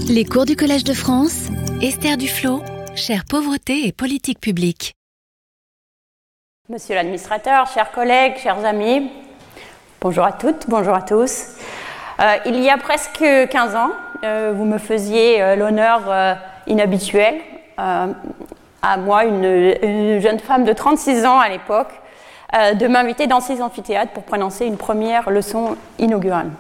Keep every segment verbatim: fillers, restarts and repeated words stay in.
Les cours du Collège de France, Esther Duflo, chère pauvreté et politique publique. Monsieur l'administrateur, chers collègues, chers amis, bonjour à toutes, bonjour à tous. Euh, il y a presque quinze ans, euh, vous me faisiez euh, l'honneur euh, inhabituel, euh, à moi, une, une jeune femme de trente-six ans à l'époque, euh, de m'inviter dans ces amphithéâtres pour prononcer une première leçon inaugurale.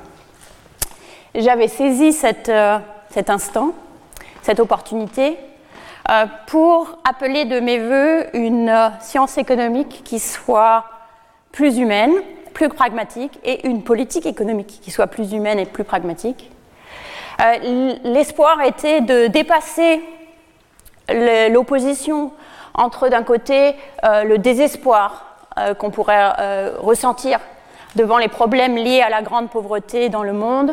J'avais saisi cette, euh, cet instant, cette opportunité, euh, pour appeler de mes voeux une euh, science économique qui soit plus humaine, plus pragmatique, et une politique économique qui soit plus humaine et plus pragmatique. Euh, l'espoir était de dépasser le, l'opposition entre, d'un côté, euh, le désespoir euh, qu'on pourrait euh, ressentir devant les problèmes liés à la grande pauvreté dans le monde,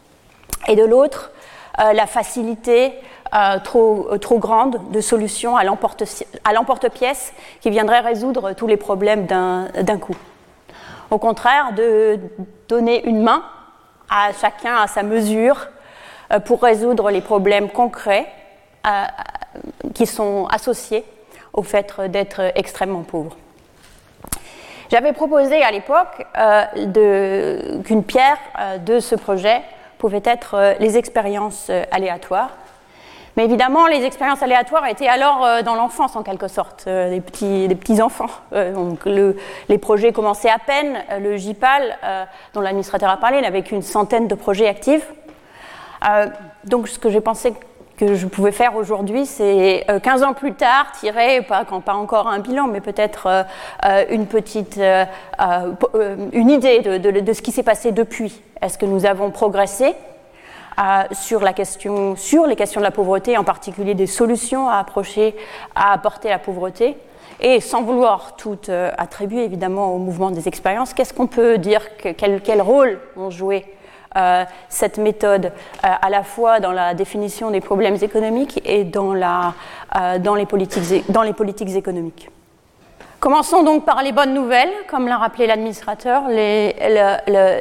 et de l'autre, euh, la facilité euh, trop, euh, trop grande de solutions à l'emporte-pièce qui viendraient résoudre tous les problèmes d'un, d'un coup. Au contraire, de donner une main à chacun à sa mesure euh, pour résoudre les problèmes concrets euh, qui sont associés au fait d'être extrêmement pauvre. J'avais proposé à l'époque euh, de, qu'une pierre euh, de ce projet pouvaient être euh, les expériences euh, aléatoires. Mais évidemment, les expériences aléatoires étaient alors euh, dans l'enfance, en quelque sorte, euh, des petits, des petits enfants. Euh, donc le, les projets commençaient à peine. Le J P A L, euh, dont l'administrateur a parlé, n'avait qu'une centaine de projets actifs. Euh, donc ce que j'ai pensé que je pouvais faire aujourd'hui, c'est euh, quinze ans plus tard, tirer, pas, quand pas encore un bilan, mais peut-être euh, euh, une petite euh, euh, une idée de, de, de ce qui s'est passé depuis. Est-ce que nous avons progressé euh, sur, la question, sur les questions de la pauvreté, en particulier des solutions à approcher, à apporter à la pauvreté? Et sans vouloir tout euh, attribuer évidemment au mouvement des expériences, qu'est-ce qu'on peut dire, que, quel, quel rôle ont joué Euh, cette méthode euh, à la fois dans la définition des problèmes économiques et dans, la, euh, dans, les, politiques, dans les politiques économiques. Commençons donc par les bonnes nouvelles, comme l'a rappelé l'administrateur. Les, le,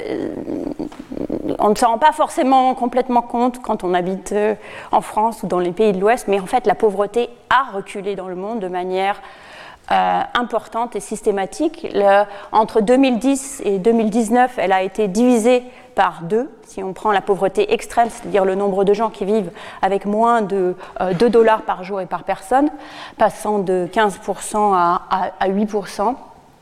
le, on ne s'en rend pas forcément complètement compte quand on habite en France ou dans les pays de l'Ouest, mais en fait la pauvreté a reculé dans le monde de manière Euh, importante et systématique. Le, entre deux mille dix et deux mille dix-neuf, elle a été divisée par deux. Si on prend la pauvreté extrême, c'est-à-dire le nombre de gens qui vivent avec moins de euh, deux dollars par jour et par personne, passant de quinze pour cent à, à, à huit pour cent.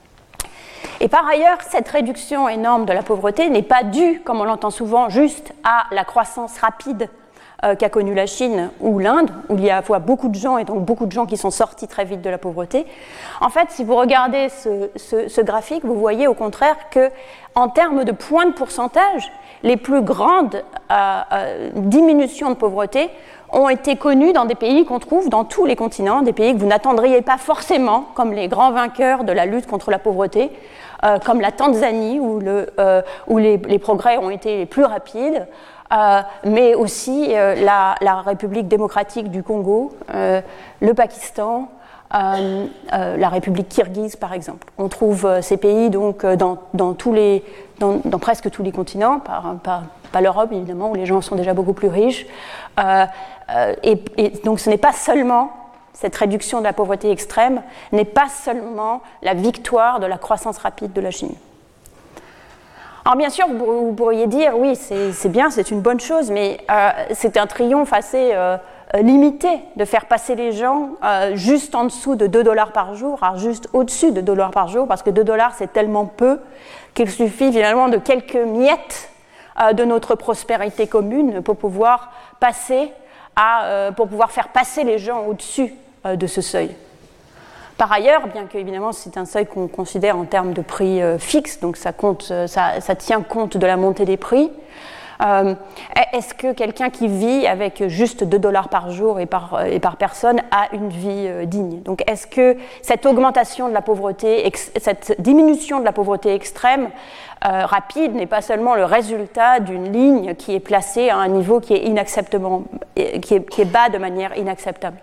Et par ailleurs, cette réduction énorme de la pauvreté n'est pas due, comme on l'entend souvent, juste à la croissance rapide Euh, qu'a connue la Chine ou l'Inde, où il y a à la fois beaucoup de gens et donc beaucoup de gens qui sont sortis très vite de la pauvreté. En fait, si vous regardez ce, ce, ce graphique, vous voyez au contraire qu'en termes de points de pourcentage, les plus grandes euh, euh, diminutions de pauvreté ont été connues dans des pays qu'on trouve dans tous les continents, des pays que vous n'attendriez pas forcément comme les grands vainqueurs de la lutte contre la pauvreté, euh, comme la Tanzanie, où, le, euh, où les, les progrès ont été les plus rapides, Euh, mais aussi euh, la, la République démocratique du Congo, euh, le Pakistan, euh, euh, la République kirghize par exemple. On trouve euh, ces pays donc euh, dans, dans, tous les, dans, dans presque tous les continents, pas, pas, pas l'Europe évidemment où les gens sont déjà beaucoup plus riches. Euh, euh, et, et donc ce n'est pas seulement cette réduction de la pauvreté extrême, n'est pas seulement la victoire de la croissance rapide de la Chine. Alors bien sûr, vous pourriez dire, oui, c'est, c'est bien, c'est une bonne chose, mais euh, c'est un triomphe assez euh, limité de faire passer les gens euh, juste en dessous de deux dollars par jour, alors juste au-dessus de deux dollars par jour, parce que deux dollars, c'est tellement peu qu'il suffit finalement de quelques miettes euh, de notre prospérité commune pour pouvoir passer à, euh, pour pouvoir faire passer les gens au-dessus euh, de ce seuil. Par ailleurs, bien qu'évidemment c'est un seuil qu'on considère en termes de prix euh, fixe, donc ça, compte, ça, ça tient compte de la montée des prix, euh, est-ce que quelqu'un qui vit avec juste deux dollars par jour et par, et par personne a une vie euh, digne? Donc est-ce que cette augmentation de la pauvreté, ex, cette diminution de la pauvreté extrême euh, rapide n'est pas seulement le résultat d'une ligne qui est placée à un niveau qui est, inacceptablement, qui est, qui est bas de manière inacceptable?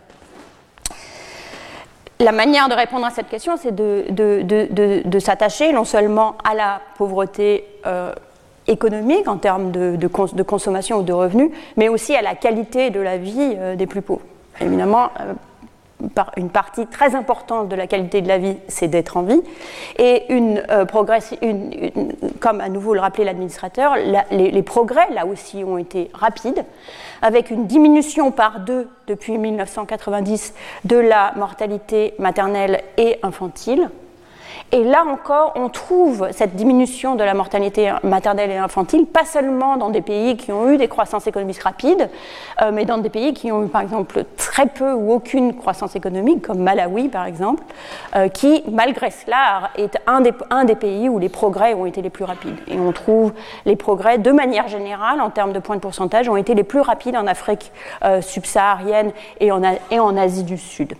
La manière de répondre à cette question, c'est de, de, de, de, de s'attacher non seulement à la pauvreté euh, économiques, en termes de, de, cons de consommation ou de revenus, mais aussi à la qualité de la vie euh, des plus pauvres. Évidemment, euh, par une partie très importante de la qualité de la vie, c'est d'être en vie. Et une, euh, progress, une, une, comme à nouveau le rappelait l'administrateur, la, les, les progrès, là aussi, ont été rapides, avec une diminution par deux depuis mille neuf cent quatre-vingt-dix de la mortalité maternelle et infantile. Et là encore, on trouve cette diminution de la mortalité maternelle et infantile, pas seulement dans des pays qui ont eu des croissances économiques rapides, euh, mais dans des pays qui ont eu, par exemple, très peu ou aucune croissance économique, comme Malawi, par exemple, euh, qui, malgré cela, est un des, un des pays où les progrès ont été les plus rapides. Et on trouve les progrès, de manière générale, en termes de points de pourcentage, ont été les plus rapides en Afrique euh, subsaharienne et en, et en Asie du Sud.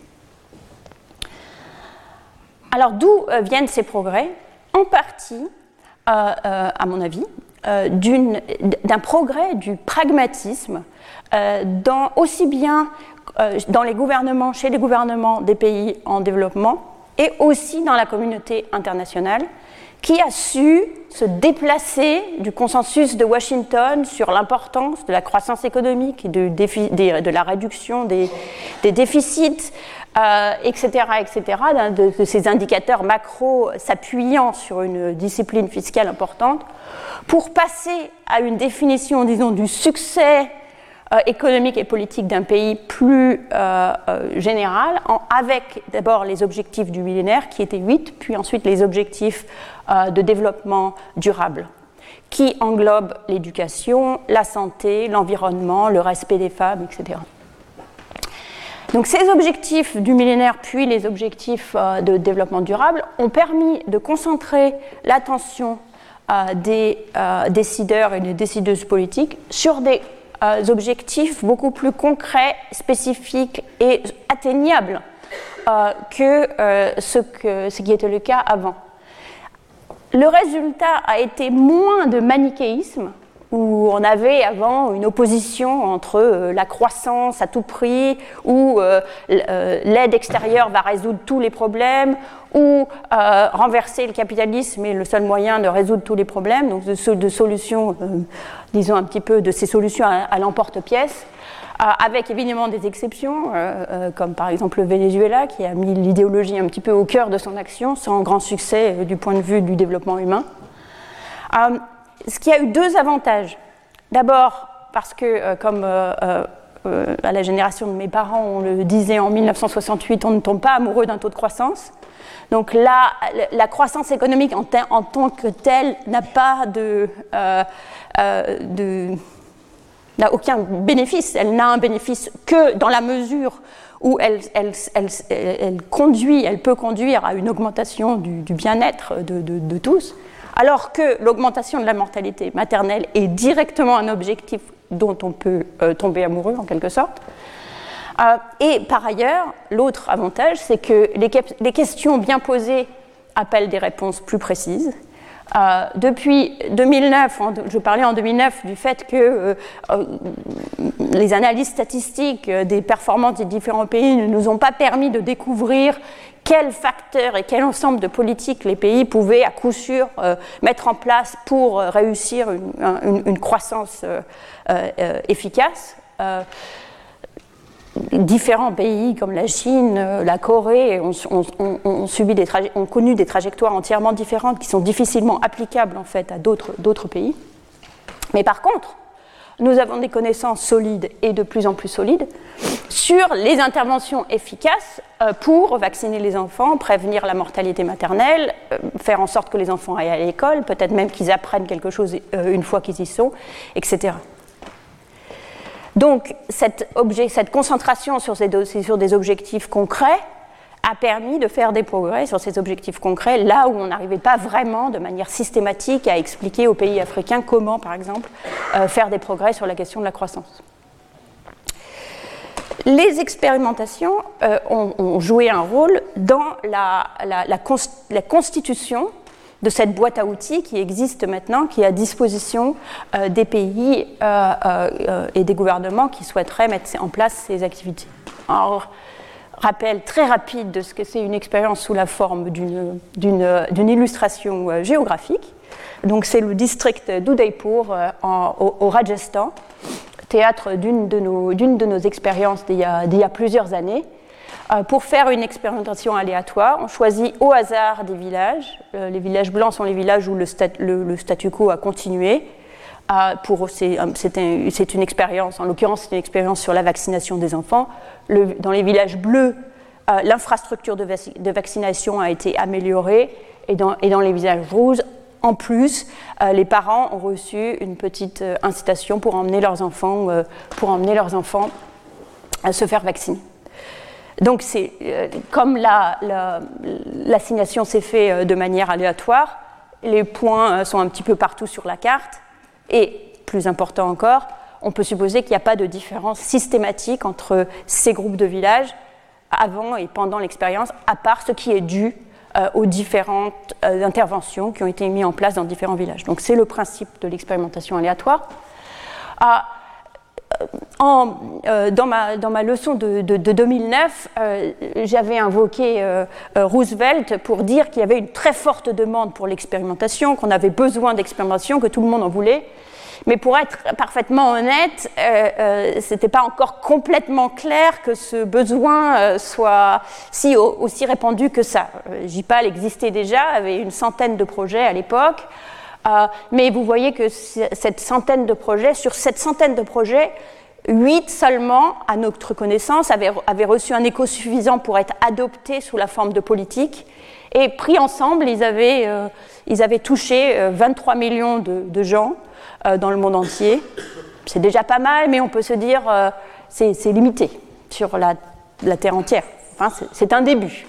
Alors, d'où euh, viennent ces progrès? En partie, euh, euh, à mon avis, euh, d'un progrès du pragmatisme, euh, dans, aussi bien euh, dans les gouvernements, chez les gouvernements des pays en développement, et aussi dans la communauté internationale, qui a su se déplacer du consensus de Washington sur l'importance de la croissance économique et de, défi, de, de la réduction des, des déficits, euh, et cetera, et cetera, de, de ces indicateurs macro s'appuyant sur une discipline fiscale importante, pour passer à une définition, disons, du succès euh, économique et politique d'un pays plus euh, euh, général, en, avec d'abord les objectifs du millénaire, qui étaient huit, puis ensuite les objectifs euh, de développement durable, qui englobent l'éducation, la santé, l'environnement, le respect des femmes, et cetera. Donc ces objectifs du millénaire, puis les objectifs euh, de développement durable, ont permis de concentrer l'attention euh, des euh, décideurs et des décideuses politiques sur des euh, objectifs beaucoup plus concrets, spécifiques et atteignables euh, que, euh, ce que ce qui était le cas avant. Le résultat a été moins de manichéisme, où on avait avant une opposition entre euh, la croissance à tout prix, où euh, l'aide extérieure va résoudre tous les problèmes, ou euh, renverser le capitalisme est le seul moyen de résoudre tous les problèmes, donc de, de solutions, euh, disons un petit peu de ces solutions à, à l'emporte-pièce, euh, avec évidemment des exceptions, euh, euh, comme par exemple le Venezuela, qui a mis l'idéologie un petit peu au cœur de son action, sans grand succès euh, du point de vue du développement humain. Euh, Ce qui a eu deux avantages. D'abord, parce que, euh, comme euh, euh, à la génération de mes parents, on le disait en mille neuf cent soixante-huit, on ne tombe pas amoureux d'un taux de croissance. Donc là, la croissance économique en, en tant que telle n'a pas de, euh, euh, de, n'a aucun bénéfice. Elle n'a un bénéfice que dans la mesure où elle, elle, elle, elle, elle conduit, elle peut conduire à une augmentation du, du bien-être de, de, de tous. Alors que l'augmentation de la mortalité maternelle est directement un objectif dont on peut euh, tomber amoureux, en quelque sorte. Euh, et par ailleurs, l'autre avantage, c'est que les, les questions bien posées appellent des réponses plus précises. Euh, depuis deux mille neuf, en, je parlais en deux mille neuf du fait que euh, euh, les analyses statistiques des performances des différents pays ne nous ont pas permis de découvrir quels facteurs et quel ensemble de politiques les pays pouvaient à coup sûr euh, mettre en place pour euh, réussir une, une, une croissance euh, euh, efficace. Euh, différents pays comme la Chine, la Corée ont, ont, ont, ont, subi des ont connu des trajectoires entièrement différentes qui sont difficilement applicables en fait à d'autres, d'autres pays. Mais par contre, nous avons des connaissances solides et de plus en plus solides sur les interventions efficaces pour vacciner les enfants, prévenir la mortalité maternelle, faire en sorte que les enfants aillent à l'école, peut-être même qu'ils apprennent quelque chose une fois qu'ils y sont, et cetera. Donc, cette, objet, cette concentration sur, ces, sur des objectifs concrets a permis de faire des progrès sur ces objectifs concrets, là où on n'arrivait pas vraiment de manière systématique à expliquer aux pays africains comment, par exemple, euh, faire des progrès sur la question de la croissance. Les expérimentations euh, ont, ont joué un rôle dans la, la, la, const, la constitution de cette boîte à outils qui existe maintenant, qui est à disposition euh, des pays euh, euh, et des gouvernements qui souhaiteraient mettre en place ces activités. Alors, rappel très rapide de ce que c'est une expérience sous la forme d'une, d'une, d'une illustration euh, géographique. Donc c'est le district d'Udaipur euh, en, au, au Rajasthan, théâtre d'une de nos, d'une de nos expériences d'il y a, d'il y a plusieurs années. Euh, pour faire une expérimentation aléatoire, on choisit au hasard des villages. Euh, les villages blancs sont les villages où le, stat, le, le statu quo a continué. Euh, pour, c'est, c'est, un, c'est une expérience, en l'occurrence c'est une expérience sur la vaccination des enfants. Le, dans les villages bleus, euh, l'infrastructure de, vac- de vaccination a été améliorée, et dans, et dans les villages rouges, en plus, euh, les parents ont reçu une petite euh, incitation pour emmener leurs enfants, euh, pour emmener leurs enfants à se faire vacciner. Donc, c'est, euh, comme la, la, l'assignation s'est faite euh, de manière aléatoire, les points euh, sont un petit peu partout sur la carte, et plus important encore, on peut supposer qu'il n'y a pas de différence systématique entre ces groupes de villages avant et pendant l'expérience, à part ce qui est dû euh, aux différentes euh, interventions qui ont été mises en place dans différents villages. Donc c'est le principe de l'expérimentation aléatoire. Ah, en, euh, dans, ma, dans ma leçon de, de, de deux mille neuf, euh, j'avais invoqué euh, Roosevelt pour dire qu'il y avait une très forte demande pour l'expérimentation, qu'on avait besoin d'expérimentation, que tout le monde en voulait. Mais pour être parfaitement honnête, euh, euh, ce n'était pas encore complètement clair que ce besoin euh, soit si, aussi répandu que ça. J P A L existait déjà, avait une centaine de projets à l'époque, euh, mais vous voyez que cette centaine de projets, sur cette centaine de projets, huit seulement, à notre connaissance, avaient, avaient reçu un écho suffisant pour être adoptés sous la forme de politique. Et pris ensemble, ils avaient, euh, ils avaient touché euh, vingt-trois millions de, de gens euh, dans le monde entier. C'est déjà pas mal, mais on peut se dire euh, c'est, c'est limité sur la, la Terre entière. Enfin, c'est, c'est un début.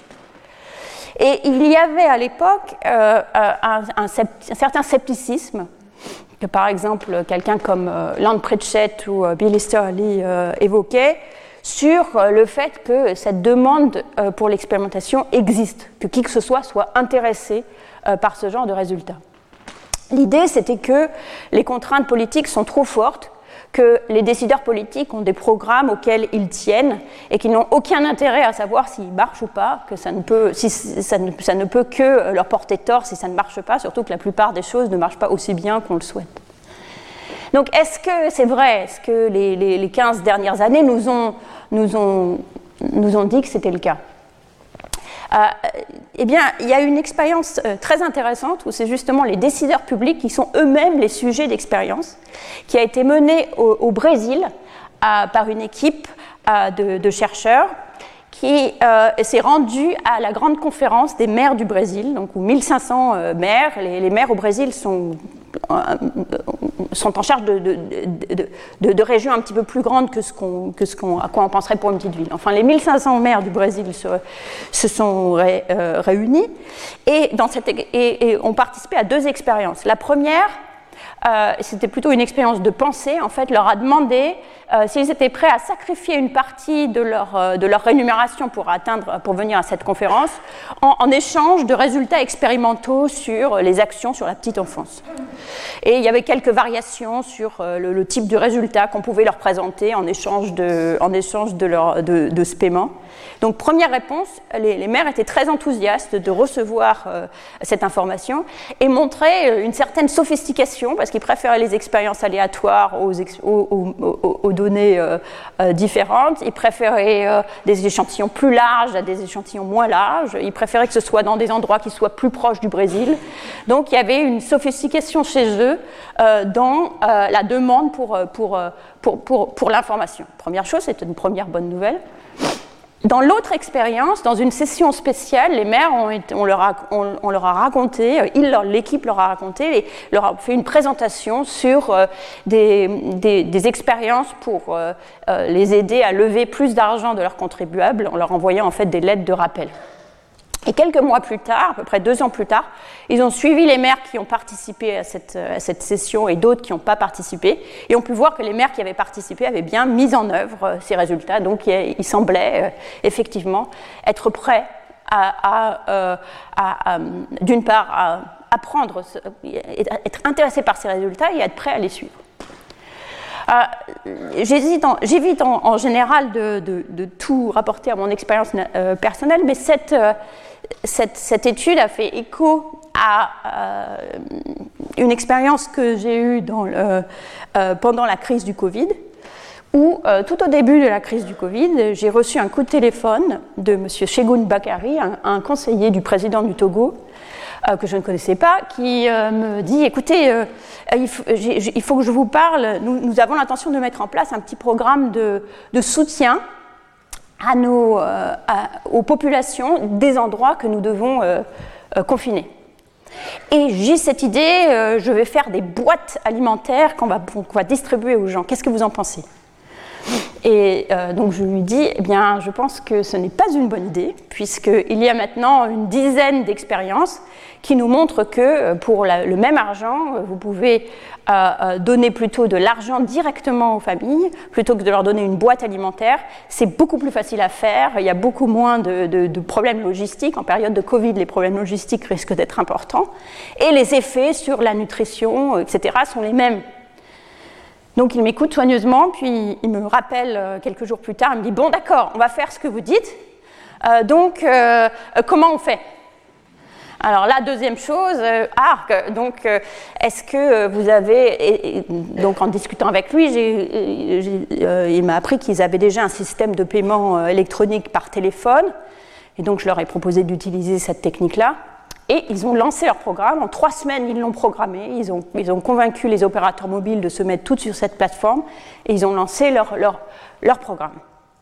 Et il y avait à l'époque euh, un, un, un certain scepticisme que, par exemple, quelqu'un comme euh, Land Pritchett ou euh, Bill Easterly euh, évoquait, sur le fait que cette demande pour l'expérimentation existe, que qui que ce soit soit intéressé par ce genre de résultats. L'idée, c'était que les contraintes politiques sont trop fortes, que les décideurs politiques ont des programmes auxquels ils tiennent et qu'ils n'ont aucun intérêt à savoir s'ils marchent ou pas, que ça ne peut, si ça ne, ça ne peut que leur porter tort si ça ne marche pas, surtout que la plupart des choses ne marchent pas aussi bien qu'on le souhaite. Donc, est-ce que c'est vrai? Est-ce que les, les, les quinze dernières années nous ont, nous ont, nous ont dit que c'était le cas? euh, Eh bien, il y a une expérience euh, très intéressante où c'est justement les décideurs publics qui sont eux-mêmes les sujets d'expérience, qui a été menée au, au Brésil euh, par une équipe euh, de, de chercheurs qui euh, s'est rendue à la grande conférence des maires du Brésil, donc où mille cinq cents euh, maires, les, les maires au Brésil sont, euh, sont en charge de, de, de, de, de régions un petit peu plus grandes que ce, qu'on, que ce qu'on, à quoi on penserait pour une petite ville. Enfin, les mille cinq cents maires du Brésil se, se sont ré, euh, réunis et, dans cette, et, et ont participé à deux expériences. La première, Euh, c'était plutôt une expérience de pensée, en fait, leur a demandé euh, s'ils étaient prêts à sacrifier une partie de leur, euh, de leur rémunération pour, atteindre, pour venir à cette conférence en, en échange de résultats expérimentaux sur les actions sur la petite enfance. Et il y avait quelques variations sur euh, le, le type de résultat qu'on pouvait leur présenter en échange de, en échange de, leur, de, de ce paiement. Donc, première réponse, les, les maires étaient très enthousiastes de recevoir euh, cette information et montraient une certaine sophistication parce qu'ils préféraient les expériences aléatoires aux, ex- aux, aux, aux données euh, euh, différentes. Ils préféraient euh, des échantillons plus larges à des échantillons moins larges. Ils préféraient que ce soit dans des endroits qui soient plus proches du Brésil. Donc, il y avait une sophistication chez eux euh, dans euh, la demande pour, pour, pour, pour, pour l'information. Première chose, c'était une première bonne nouvelle. Dans l'autre expérience, dans une session spéciale, les maires, ont été, on, leur a, on, on leur a raconté, ils, leur, l'équipe leur a raconté, et leur a fait une présentation sur euh, des, des, des expériences pour euh, euh, les aider à lever plus d'argent de leurs contribuables en leur envoyant en fait des lettres de rappel. Et quelques mois plus tard, à peu près deux ans plus tard, ils ont suivi les maires qui ont participé à cette, à cette session et d'autres qui n'ont pas participé, et ont pu voir que les maires qui avaient participé avaient bien mis en œuvre ces résultats. Donc, ils semblaient euh, effectivement être prêts à, à, euh, à, à d'une part, à apprendre, être intéressés par ces résultats et être prêts à les suivre. Euh, j'hésite en, j'évite en, en général de, de, de tout rapporter à mon expérience euh, personnelle, mais cette, euh, cette, cette étude a fait écho à euh, une expérience que j'ai eue dans le, euh, pendant la crise du Covid, où euh, tout au début de la crise du Covid, j'ai reçu un coup de téléphone de M. Chegoun Bakary, un, un conseiller du président du Togo, euh, que je ne connaissais pas, qui euh, me dit « Écoutez, euh, il, faut, il faut que je vous parle, nous, nous avons l'intention de mettre en place un petit programme de, de soutien à nos, euh, à, aux populations des endroits que nous devons euh, euh, confiner. Et j'ai cette idée, euh, je vais faire des boîtes alimentaires qu'on va, qu'on va distribuer aux gens. Qu'est-ce que vous en pensez ?» Et euh, donc je lui dis, eh bien, je pense que ce n'est pas une bonne idée, puisqu'il y a maintenant une dizaine d'expériences qui nous montrent que pour la, le même argent, vous pouvez euh, donner plutôt de l'argent directement aux familles, plutôt que de leur donner une boîte alimentaire. C'est beaucoup plus facile à faire, il y a beaucoup moins de, de, de problèmes logistiques. En période de Covid, les problèmes logistiques risquent d'être importants. Et les effets sur la nutrition, et cetera, sont les mêmes. Donc il m'écoute soigneusement, puis il me rappelle quelques jours plus tard, il me dit « Bon, d'accord, on va faire ce que vous dites, euh, donc euh, comment on fait ?» Alors la deuxième chose, euh, ah, donc euh, est-ce que vous avez, et, et, donc en discutant avec lui, j'ai, j'ai, euh, il m'a appris qu'ils avaient déjà un système de paiement euh, électronique par téléphone, et donc je leur ai proposé d'utiliser cette technique-là. Et ils ont lancé leur programme. En trois semaines, ils l'ont programmé. Ils ont, ils ont convaincu les opérateurs mobiles de se mettre tous sur cette plateforme. Et ils ont lancé leur, leur, leur programme.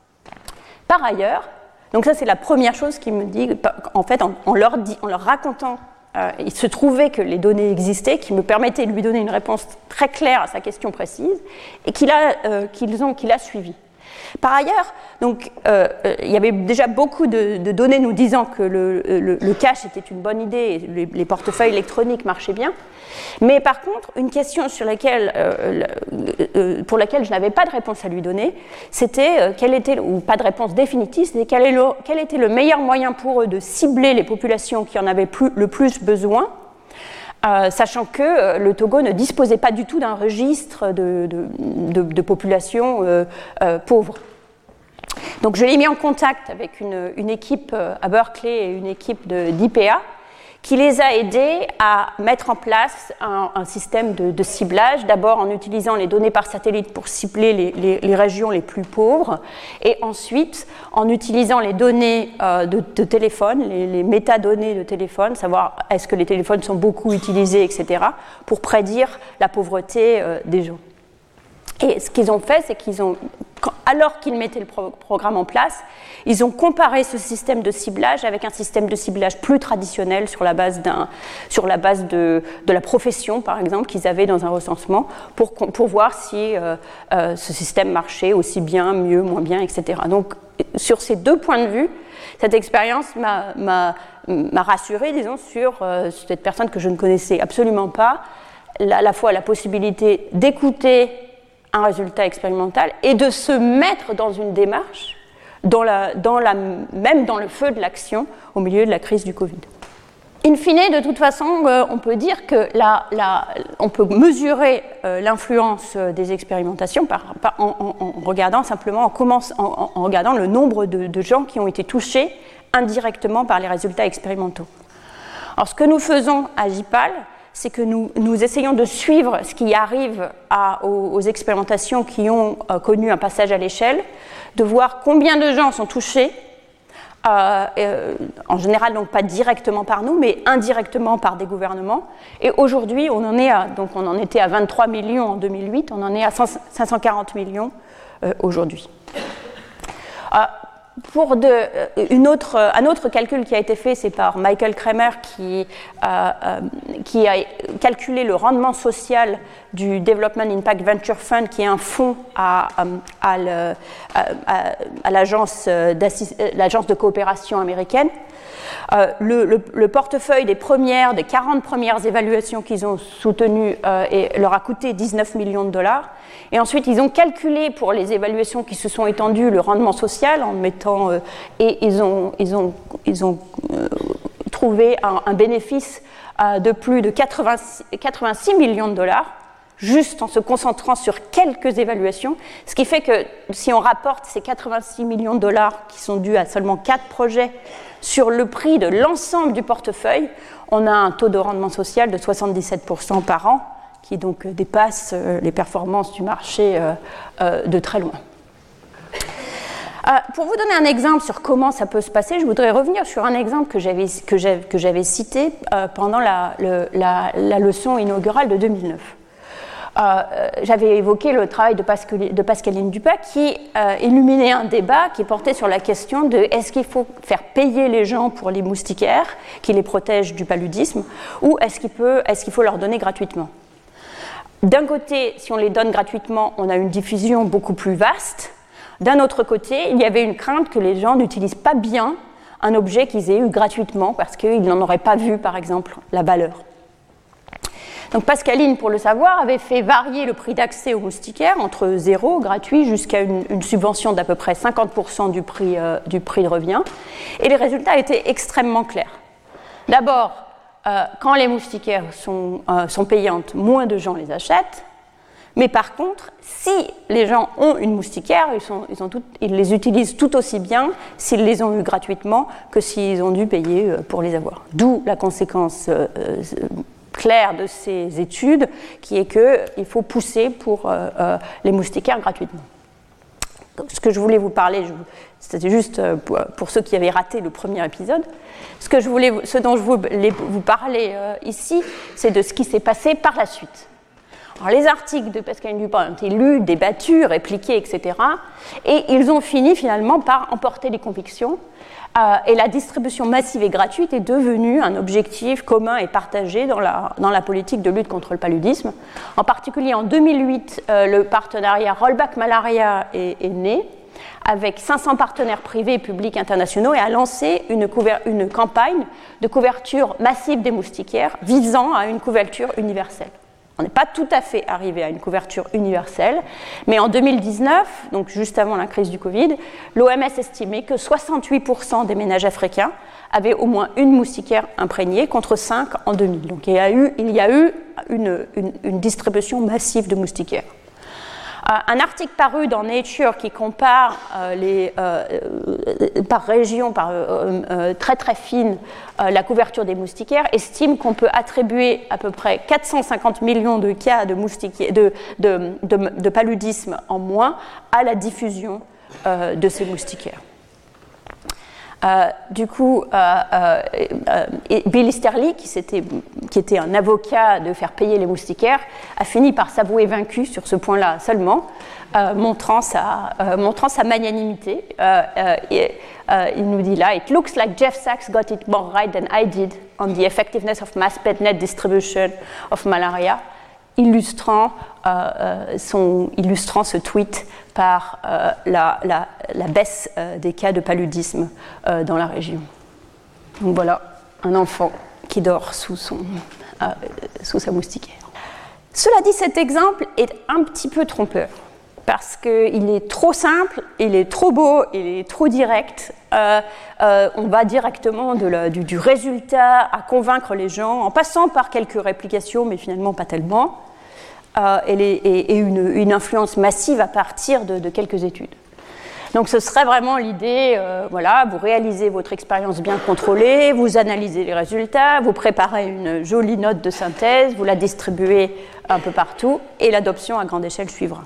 Par ailleurs, donc ça c'est la première chose qui me dit, en fait, en, en, leur, dit, en leur racontant, euh, il se trouvait que les données existaient, qui me permettaient de lui donner une réponse très claire à sa question précise, et qu'il a, euh, qu'ils ont, qu'il a suivi. Par ailleurs, donc, euh, il y avait déjà beaucoup de, de données nous disant que le, le, le cash était une bonne idée et les, les portefeuilles électroniques marchaient bien. Mais par contre, une question sur laquelle, euh, euh, pour laquelle je n'avais pas de réponse à lui donner, c'était euh, quel était, ou pas de réponse définitive, c'était quel, est le, quel était le meilleur moyen pour eux de cibler les populations qui en avaient plus, le plus besoin. Euh, sachant que euh, le Togo ne disposait pas du tout d'un registre de, de, de, de population euh, euh, pauvre. Donc je l'ai mis en contact avec une, une équipe euh, à Berkeley et une équipe d'I P A qui les a aidés à mettre en place un, un système de, de ciblage, d'abord en utilisant les données par satellite pour cibler les, les, les régions les plus pauvres, et ensuite en utilisant les données euh, de, de téléphone, les, les métadonnées de téléphone, savoir est-ce que les téléphones sont beaucoup utilisés, et cetera, pour prédire la pauvreté euh, des gens. Et ce qu'ils ont fait, c'est qu'ils ont, alors qu'ils mettaient le pro- programme en place, ils ont comparé ce système de ciblage avec un système de ciblage plus traditionnel sur la base, d'un, sur la base de, de la profession, par exemple, qu'ils avaient dans un recensement, pour, pour voir si euh, euh, ce système marchait aussi bien, mieux, moins bien, et cetera. Donc, sur ces deux points de vue, cette expérience m'a, m'a, m'a rassurée, disons, sur euh, cette personne que je ne connaissais absolument pas, à la fois la possibilité d'écouter un résultat expérimental et de se mettre dans une démarche, dans la, dans la, même dans le feu de l'action au milieu de la crise du Covid. In fine, de toute façon, euh, on peut dire que la, la, on peut mesurer euh, l'influence des expérimentations par, par, en, en, en regardant simplement, en, commence, en, en regardant le nombre de, de gens qui ont été touchés indirectement par les résultats expérimentaux. Alors, ce que nous faisons à J P A L, c'est que nous, nous essayons de suivre ce qui arrive à, aux, aux expérimentations qui ont euh, connu un passage à l'échelle, de voir combien de gens sont touchés, euh, euh, en général donc pas directement par nous, mais indirectement par des gouvernements. Et aujourd'hui, on en est à, donc on en était à vingt-trois millions en deux mille huit, on en est à cinq cent quarante millions euh, aujourd'hui. Euh, Pour de, une autre, un autre calcul qui a été fait, c'est par Michael Kramer qui, euh, euh, qui a calculé le rendement social du Development Impact Venture Fund, qui est un fonds à, à, le, à, à l'agence, l'agence de coopération américaine. Euh, le, le, le portefeuille des premières, des quarante premières évaluations qu'ils ont soutenues euh, et leur a coûté dix-neuf millions de dollars. Et ensuite, ils ont calculé pour les évaluations qui se sont étendues le rendement social en mettant euh, et ils ont, ils ont, ils ont euh, trouvé un, un bénéfice euh, de plus de quatre-vingt-six millions de dollars juste en se concentrant sur quelques évaluations, ce qui fait que si on rapporte ces quatre-vingt-six millions de dollars qui sont dus à seulement quatre projets sur le prix de l'ensemble du portefeuille, on a un taux de rendement social de soixante-dix-sept pour cent par an, qui donc dépasse les performances du marché de très loin. Euh, pour vous donner un exemple sur comment ça peut se passer, je voudrais revenir sur un exemple que j'avais, que j'avais, que j'avais cité euh, pendant la, le, la, la leçon inaugurale de deux mille neuf. Euh, j'avais évoqué le travail de, Pascal, de Pascaline Dupas qui euh, illuminait un débat qui portait sur la question de est-ce qu'il faut faire payer les gens pour les moustiquaires qui les protègent du paludisme ou est-ce qu'il, peut, est-ce qu'il faut leur donner gratuitement. D'un côté, si on les donne gratuitement, on a une diffusion beaucoup plus vaste. D'un autre côté, il y avait une crainte que les gens n'utilisent pas bien un objet qu'ils aient eu gratuitement parce qu'ils n'en auraient pas vu, par exemple, la valeur. Donc Pascaline, pour le savoir, avait fait varier le prix d'accès aux moustiquaires entre zéro, gratuit, jusqu'à une, une subvention d'à peu près cinquante pour cent du prix, euh, du prix de revient. Et les résultats étaient extrêmement clairs. D'abord, euh, quand les moustiquaires sont, euh, sont payantes, moins de gens les achètent. Mais par contre, si les gens ont une moustiquaire, ils, sont, ils, ont tout, ils les utilisent tout aussi bien s'ils les ont eu gratuitement que s'ils ont dû payer pour les avoir. D'où la conséquence euh, claire de ces études, qui est qu'il faut pousser pour euh, euh, les moustiquaires gratuitement. Ce que je voulais vous parler, je, c'était juste pour, pour ceux qui avaient raté le premier épisode, ce, que je voulais, ce dont je voulais vous parler euh, ici, c'est de ce qui s'est passé par la suite. Alors, les articles de Pascaline Dupas ont été lus, débattus, répliqués, et cetera. Et ils ont fini finalement par emporter les convictions. Euh, et la distribution massive et gratuite est devenue un objectif commun et partagé dans la, dans la politique de lutte contre le paludisme. En particulier en deux mille huit, euh, le partenariat Rollback Malaria est, est né, avec cinq cents partenaires privés et publics internationaux, et a lancé une, couver- une campagne de couverture massive des moustiquaires visant à une couverture universelle. On n'est pas tout à fait arrivé à une couverture universelle, mais en deux mille dix-neuf, donc juste avant la crise du Covid, l'O M S estimait que soixante-huit pour cent des ménages africains avaient au moins une moustiquaire imprégnée, contre cinq en deux mille. Donc il y a eu, il y a eu une, une, une distribution massive de moustiquaires. Euh, un article paru dans Nature qui compare euh, les, euh, euh, par région, par euh, euh, très très fine, euh, la couverture des moustiquaires, estime qu'on peut attribuer à peu près quatre cent cinquante millions de cas de, de, de, de, de paludisme en moins à la diffusion euh, de ces moustiquaires. Euh, du coup, euh, euh, euh, Bill Easterly, qui, qui était un avocat de faire payer les moustiquaires, a fini par s'avouer vaincu sur ce point-là seulement, euh, montrant, sa, euh, montrant sa magnanimité. Euh, euh, et, euh, il nous dit là, « It looks like Jeff Sachs got it more right than I did on the effectiveness of mass bed net distribution of malaria », illustrant, euh, son, illustrant ce tweet par euh, la, la, la baisse euh, des cas de paludisme euh, dans la région. Donc voilà, un enfant qui dort sous, son, euh, sous sa moustiquaire. Cela dit, cet exemple est un petit peu trompeur, parce qu'il est trop simple, il est trop beau, il est trop direct. Euh, euh, on va directement de la, du, du résultat à convaincre les gens, en passant par quelques réplications, mais finalement pas tellement. Euh, et, les, et, et une, une influence massive à partir de, de quelques études. Donc ce serait vraiment l'idée, euh, voilà, vous réalisez votre expérience bien contrôlée, vous analysez les résultats, vous préparez une jolie note de synthèse, vous la distribuez un peu partout, et l'adoption à grande échelle suivra.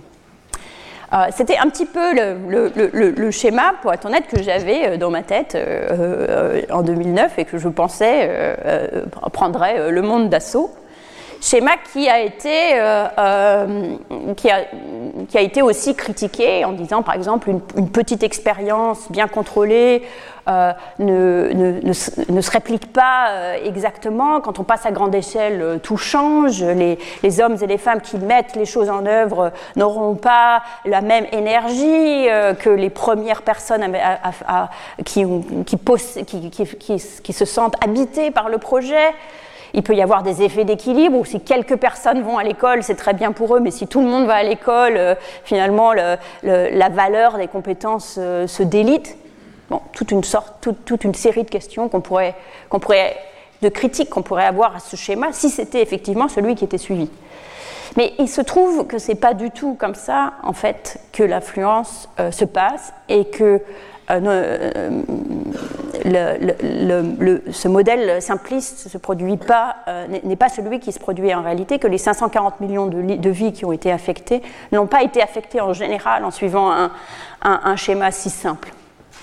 Euh, c'était un petit peu le, le, le, le schéma, pour être honnête, que j'avais dans ma tête euh, euh, en deux mille neuf et que je pensais euh, euh, prendrait le monde d'assaut. Schéma qui a été, euh, euh, qui a, qui a été aussi critiqué en disant, par exemple, une, une petite expérience bien contrôlée euh, ne, ne, ne, ne se réplique pas euh, exactement. Quand on passe à grande échelle, euh, tout change. Les, les hommes et les femmes qui mettent les choses en œuvre euh, n'auront pas la même énergie euh, que les premières personnes à, à, à, qui, qui, qui, qui, qui, qui se sentent habitées par le projet. Il peut y avoir des effets d'équilibre, où si quelques personnes vont à l'école, c'est très bien pour eux, mais si tout le monde va à l'école, euh, finalement, le, le, la valeur des compétences euh, se délite. Bon, toute une sorte, toute, toute une série de questions qu'on pourrait, qu'on pourrait, de critiques qu'on pourrait avoir à ce schéma, si c'était effectivement celui qui était suivi. Mais il se trouve que ce n'est pas du tout comme ça, en fait, que l'influence euh, se passe et que euh, euh, le, le, le, le, ce modèle simpliste se produit pas, euh, n'est pas celui qui se produit en réalité, que les cinq cent quarante millions de, de vies qui ont été affectées n'ont pas été affectées en général en suivant un, un, un schéma si simple.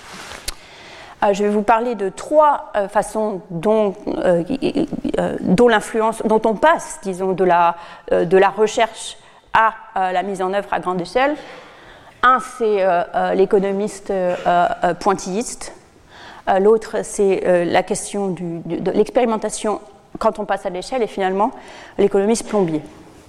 Euh, je vais vous parler de trois euh, façons dont, euh, euh, dont l'influence, dont on passe, disons, de la, euh, de la recherche à euh, la mise en œuvre à grande échelle. Un, c'est euh, euh, l'économiste euh, euh, pointilliste. Euh, l'autre, c'est euh, la question du, du, de l'expérimentation quand on passe à l'échelle, et finalement, l'économiste plombier.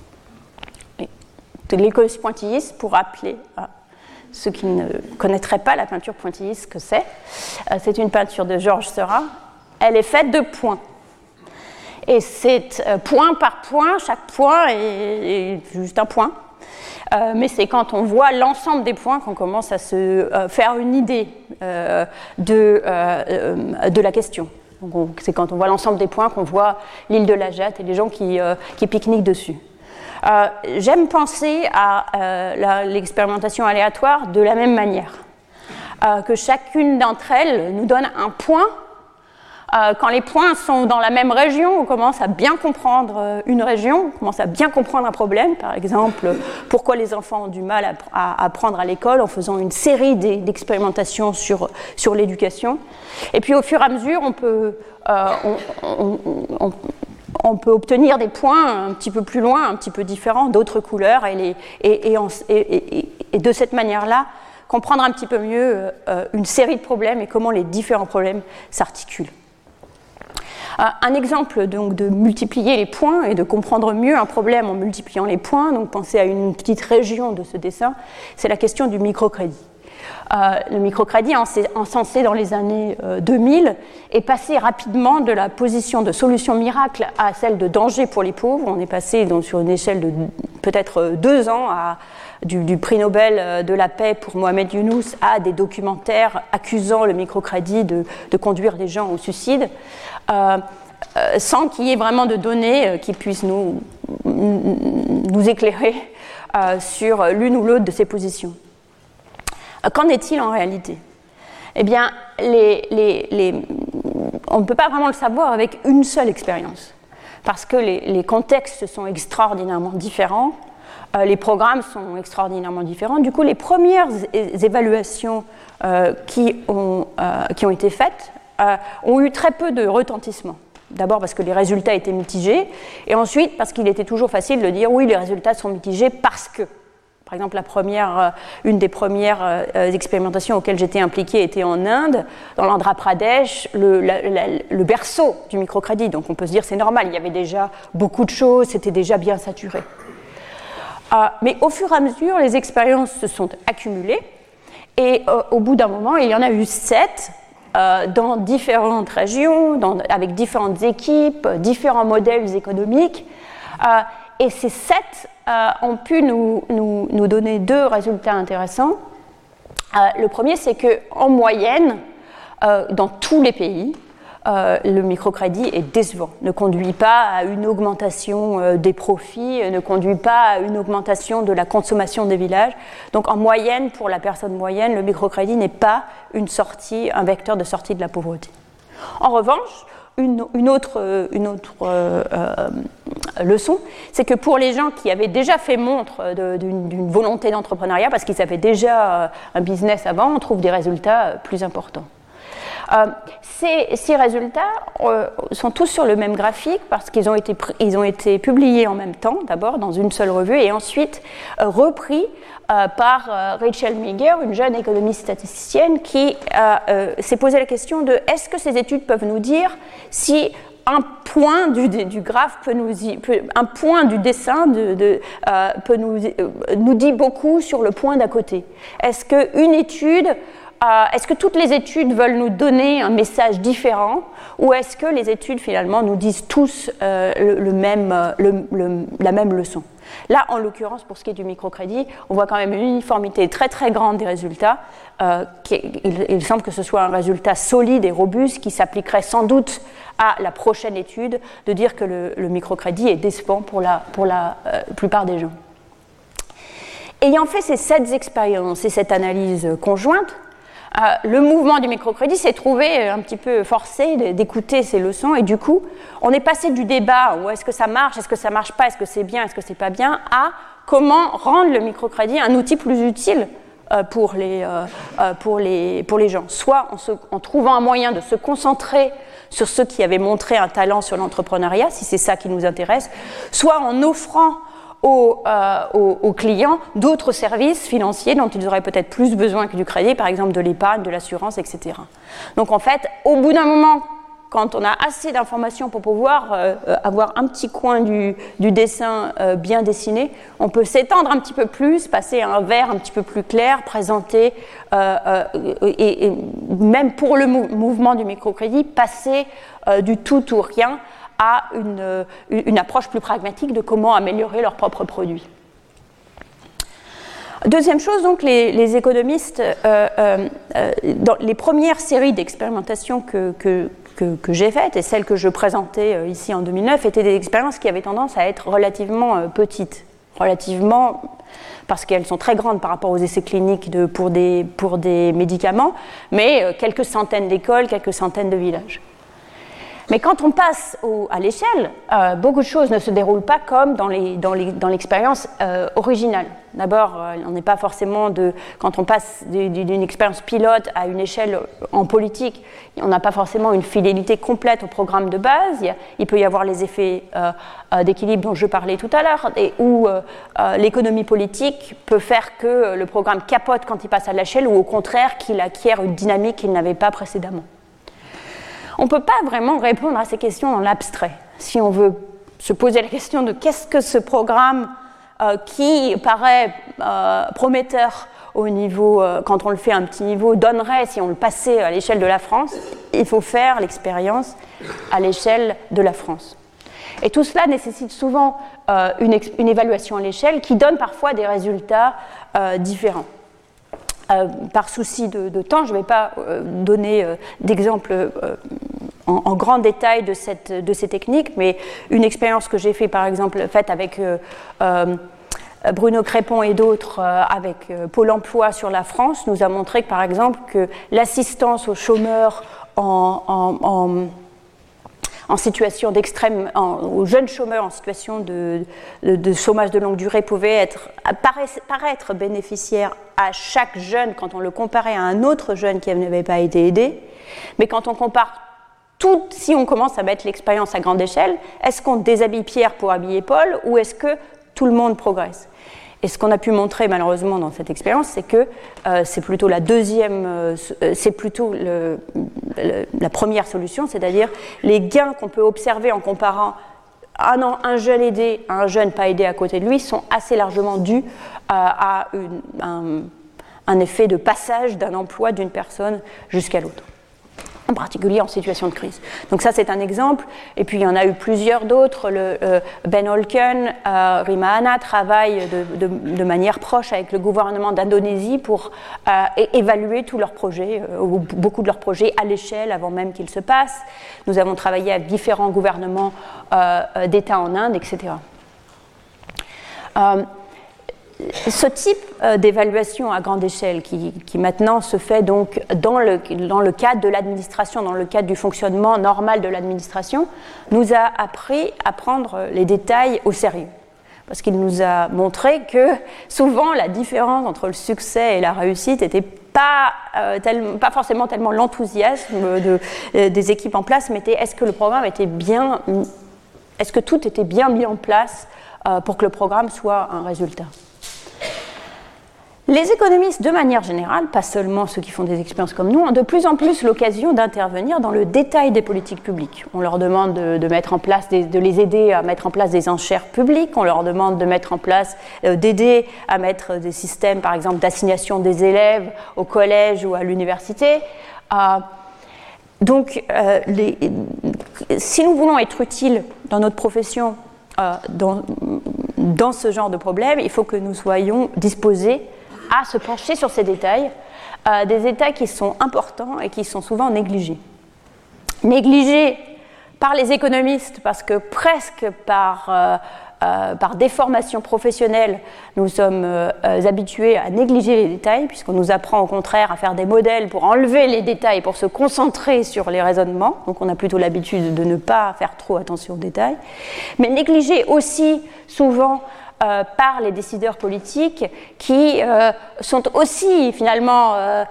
Et l'économiste pointilliste, pour rappeler à ceux qui ne connaîtraient pas la peinture pointilliste, ce que c'est, euh, c'est une peinture de Georges Seurat. Elle est faite de points. Et c'est euh, point par point, chaque point est, est juste un point. Euh, mais c'est quand on voit l'ensemble des points qu'on commence à se euh, faire une idée euh, de, euh, de la question. Donc on, c'est quand on voit l'ensemble des points qu'on voit l'île de la Jatte et les gens qui, euh, qui pique-niquent dessus. Euh, j'aime penser à euh, la, l'expérimentation aléatoire de la même manière, euh, que chacune d'entre elles nous donne un point. Euh, quand les points sont dans la même région, on commence à bien comprendre une région, on commence à bien comprendre un problème. Par exemple, pourquoi les enfants ont du mal à, à apprendre à l'école en faisant une série d'expérimentations sur, sur l'éducation. Et puis au fur et à mesure, on peut, euh, on, on, on, on peut obtenir des points un petit peu plus loin, un petit peu différents, d'autres couleurs, et, les, et, et, en, et, et, et de cette manière-là, comprendre un petit peu mieux euh, une série de problèmes et comment les différents problèmes s'articulent. Un exemple donc de multiplier les points et de comprendre mieux un problème en multipliant les points, donc pensez à une petite région de ce dessin, c'est la question du microcrédit. Euh, le microcrédit, encensé dans les années euh, deux mille, est passé rapidement de la position de solution miracle à celle de danger pour les pauvres. On est passé donc, sur une échelle de peut-être deux ans à, du, du prix Nobel de la paix pour Mohamed Younous à des documentaires accusant le microcrédit de, de conduire les gens au suicide. Euh, euh, sans qu'il y ait vraiment de données euh, qui puissent nous, nous éclairer euh, sur l'une ou l'autre de ces positions. Euh, qu'en est-il en réalité ? Eh bien, les, les, les, on ne peut pas vraiment le savoir avec une seule expérience, parce que les, les contextes sont extraordinairement différents, euh, les programmes sont extraordinairement différents. Du coup, les premières é- évaluations euh, qui, ont, euh, qui ont été faites euh, ont eu très peu de retentissement. D'abord parce que les résultats étaient mitigés, et ensuite parce qu'il était toujours facile de dire oui, les résultats sont mitigés parce que. Par exemple, la première, une des premières euh, expérimentations auxquelles j'étais impliquée était en Inde, dans l'Andhra Pradesh, le, la, la, le berceau du microcrédit. Donc on peut se dire c'est normal, il y avait déjà beaucoup de choses, c'était déjà bien saturé. Euh, mais au fur et à mesure, les expériences se sont accumulées, et euh, au bout d'un moment, il y en a eu sept. Euh, dans différentes régions, dans, avec différentes équipes, différents modèles économiques. Euh, et ces sept euh, ont pu nous, nous, nous donner deux résultats intéressants. Euh, le premier, c'est qu'en moyenne, euh, dans tous les pays, euh, le microcrédit est décevant, ne conduit pas à une augmentation euh, des profits, ne conduit pas à une augmentation de la consommation des villages. Donc en moyenne, pour la personne moyenne, le microcrédit n'est pas une sortie, un vecteur de sortie de la pauvreté. En revanche, une, une autre, une autre euh, euh, leçon, c'est que pour les gens qui avaient déjà fait montre de, d'une, d'une volonté d'entrepreneuriat, parce qu'ils avaient déjà un business avant, on trouve des résultats plus importants. Euh, ces, ces résultats euh, sont tous sur le même graphique parce qu'ils ont été, ils ont été publiés en même temps, d'abord dans une seule revue, et ensuite euh, repris euh, par euh, Rachel Meagher, une jeune économiste statisticienne, qui euh, euh, s'est posé la question de est-ce que ces études peuvent nous dire si un point du, du graphe peut nous, peut, un point du dessin de, de, euh, peut nous, euh, nous dit beaucoup sur le point d'à côté. Est-ce qu'une étude euh, est-ce que toutes les études veulent nous donner un message différent, ou est-ce que les études finalement nous disent tous euh, le, le même, le, le, la même leçon? Là, en l'occurrence, pour ce qui est du microcrédit, on voit quand même une uniformité très très grande des résultats. Euh, qui est, il, il semble que ce soit un résultat solide et robuste qui s'appliquerait sans doute à la prochaine étude, de dire que le, le microcrédit est décevant pour la, pour la euh, plupart des gens. Ayant fait ces sept expériences et cette analyse conjointe, euh, le mouvement du microcrédit s'est trouvé un petit peu forcé d'écouter ces leçons, et du coup, on est passé du débat où est-ce que ça marche, est-ce que ça marche pas, est-ce que c'est bien, est-ce que c'est pas bien, à comment rendre le microcrédit un outil plus utile euh, pour, les, euh, pour, les, pour les gens, soit en, se, en trouvant un moyen de se concentrer sur ceux qui avaient montré un talent sur l'entrepreneuriat, si c'est ça qui nous intéresse, soit en offrant Aux, euh, aux, aux clients d'autres services financiers dont ils auraient peut-être plus besoin que du crédit, par exemple de l'épargne, de l'assurance, et cetera. Donc en fait, au bout d'un moment, quand on a assez d'informations pour pouvoir euh, avoir un petit coin du, du dessin euh, bien dessiné, on peut s'étendre un petit peu plus, passer à un vert un petit peu plus clair, présenter, euh, euh, et, et même pour le mou- mouvement du microcrédit, passer euh, du tout ou rien à une, une approche plus pragmatique de comment améliorer leurs propres produits. Deuxième chose, donc, les, les économistes, euh, euh, dans les premières séries d'expérimentations que, que, que, que j'ai faites, et celles que je présentais ici en deux mille neuf, étaient des expériences qui avaient tendance à être relativement petites, relativement, parce qu'elles sont très grandes par rapport aux essais cliniques de, pour, des, pour des médicaments, mais quelques centaines d'écoles, quelques centaines de villages. Mais quand on passe au, à l'échelle, euh, beaucoup de choses ne se déroulent pas comme dans, les, dans, les, dans l'expérience euh, originale. D'abord, euh, on n'est pas forcément de, quand on passe d'une expérience pilote à une échelle en politique, on n'a pas forcément une fidélité complète au programme de base. Il, y a, il peut y avoir les effets euh, euh, d'équilibre dont je parlais tout à l'heure, et où euh, euh, l'économie politique peut faire que le programme capote quand il passe à l'échelle, ou au contraire qu'il acquiert une dynamique qu'il n'avait pas précédemment. On ne peut pas vraiment répondre à ces questions dans l'abstrait. Si on veut se poser la question de qu'est-ce que ce programme euh, qui paraît euh, prometteur au niveau, euh, quand on le fait à un petit niveau, donnerait si on le passait à l'échelle de la France, il faut faire l'expérience à l'échelle de la France. Et tout cela nécessite souvent euh, une, une évaluation à l'échelle qui donne parfois des résultats euh, différents. Euh, par souci de, de temps, je ne vais pas euh, donner euh, d'exemples euh, en, en grand détail de, cette, de ces techniques, mais une expérience que j'ai fait, par exemple, faite avec euh, euh, Bruno Crépon et d'autres, euh, avec euh, Pôle emploi sur la France, nous a montré que, par exemple, que l'assistance aux chômeurs en, en, en en situation d'extrême, en, aux jeunes chômeurs en situation de, de, de chômage de longue durée pouvait être, paraître, paraître bénéficiaire à chaque jeune quand on le comparait à un autre jeune qui n'avait pas été aidé. Mais quand on compare tout, si on commence à mettre l'expérience à grande échelle, est-ce qu'on déshabille Pierre pour habiller Paul, ou est-ce que tout le monde progresse ? Et ce qu'on a pu montrer malheureusement dans cette expérience, c'est que euh, c'est plutôt la deuxième, euh, c'est plutôt le, le, la première solution, c'est-à-dire les gains qu'on peut observer en comparant un, un jeune aidé à un jeune pas aidé à côté de lui sont assez largement dus euh, à une, un, un effet de passage d'un emploi d'une personne jusqu'à l'autre, en particulier en situation de crise. Donc ça, c'est un exemple. Et puis, il y en a eu plusieurs d'autres. Le, euh, Ben Holken, euh, Rima Hanna travaillent de, de, de manière proche avec le gouvernement d'Indonésie pour euh, évaluer tous leurs projets, euh, ou beaucoup de leurs projets à l'échelle avant même qu'ils se passent. Nous avons travaillé avec différents gouvernements euh, d'État en Inde, et cetera. Euh, Ce type euh, d'évaluation à grande échelle, qui, qui maintenant se fait donc dans le, dans le cadre de l'administration, dans le cadre du fonctionnement normal de l'administration, nous a appris à prendre les détails au sérieux. Parce qu'il nous a montré que souvent la différence entre le succès et la réussite n'était pas, euh, tel, pas forcément tellement l'enthousiasme de, euh, des équipes en place, mais était, est-ce que le programme était bien, est-ce que tout était bien mis en place euh, pour que le programme soit un résultat. Les économistes, de manière générale, pas seulement ceux qui font des expériences comme nous, ont de plus en plus l'occasion d'intervenir dans le détail des politiques publiques. On leur demande de, de mettre en place, des, de les aider à mettre en place des enchères publiques, on leur demande de mettre en place, euh, d'aider à mettre des systèmes, par exemple, d'assignation des élèves au collège ou à l'université. Euh, donc, euh, les, si nous voulons être utiles dans notre profession, euh, dans, dans ce genre de problème, il faut que nous soyons disposés à se pencher sur ces détails, euh, des détails qui sont importants et qui sont souvent négligés. Négligés par les économistes parce que presque par, euh, euh, par déformation professionnelle, nous sommes euh, habitués à négliger les détails puisqu'on nous apprend au contraire à faire des modèles pour enlever les détails, pour se concentrer sur les raisonnements. Donc on a plutôt l'habitude de ne pas faire trop attention aux détails. Mais négligés aussi souvent Euh, par les décideurs politiques qui euh, sont aussi finalement euh,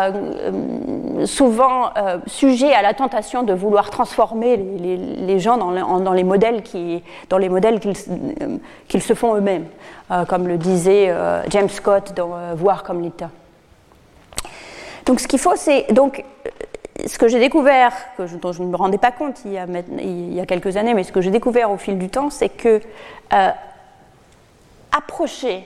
euh, souvent euh, sujets à la tentation de vouloir transformer les, les, les gens dans, le, dans les modèles, qui, dans les modèles qu'ils, euh, qu'ils se font eux-mêmes, euh, comme le disait euh, James Scott dans euh, Voir comme l'État. Donc ce qu'il faut, c'est donc ce que j'ai découvert, que je, dont je ne me rendais pas compte il y a, il y a quelques années, mais ce que j'ai découvert au fil du temps, c'est que euh, approcher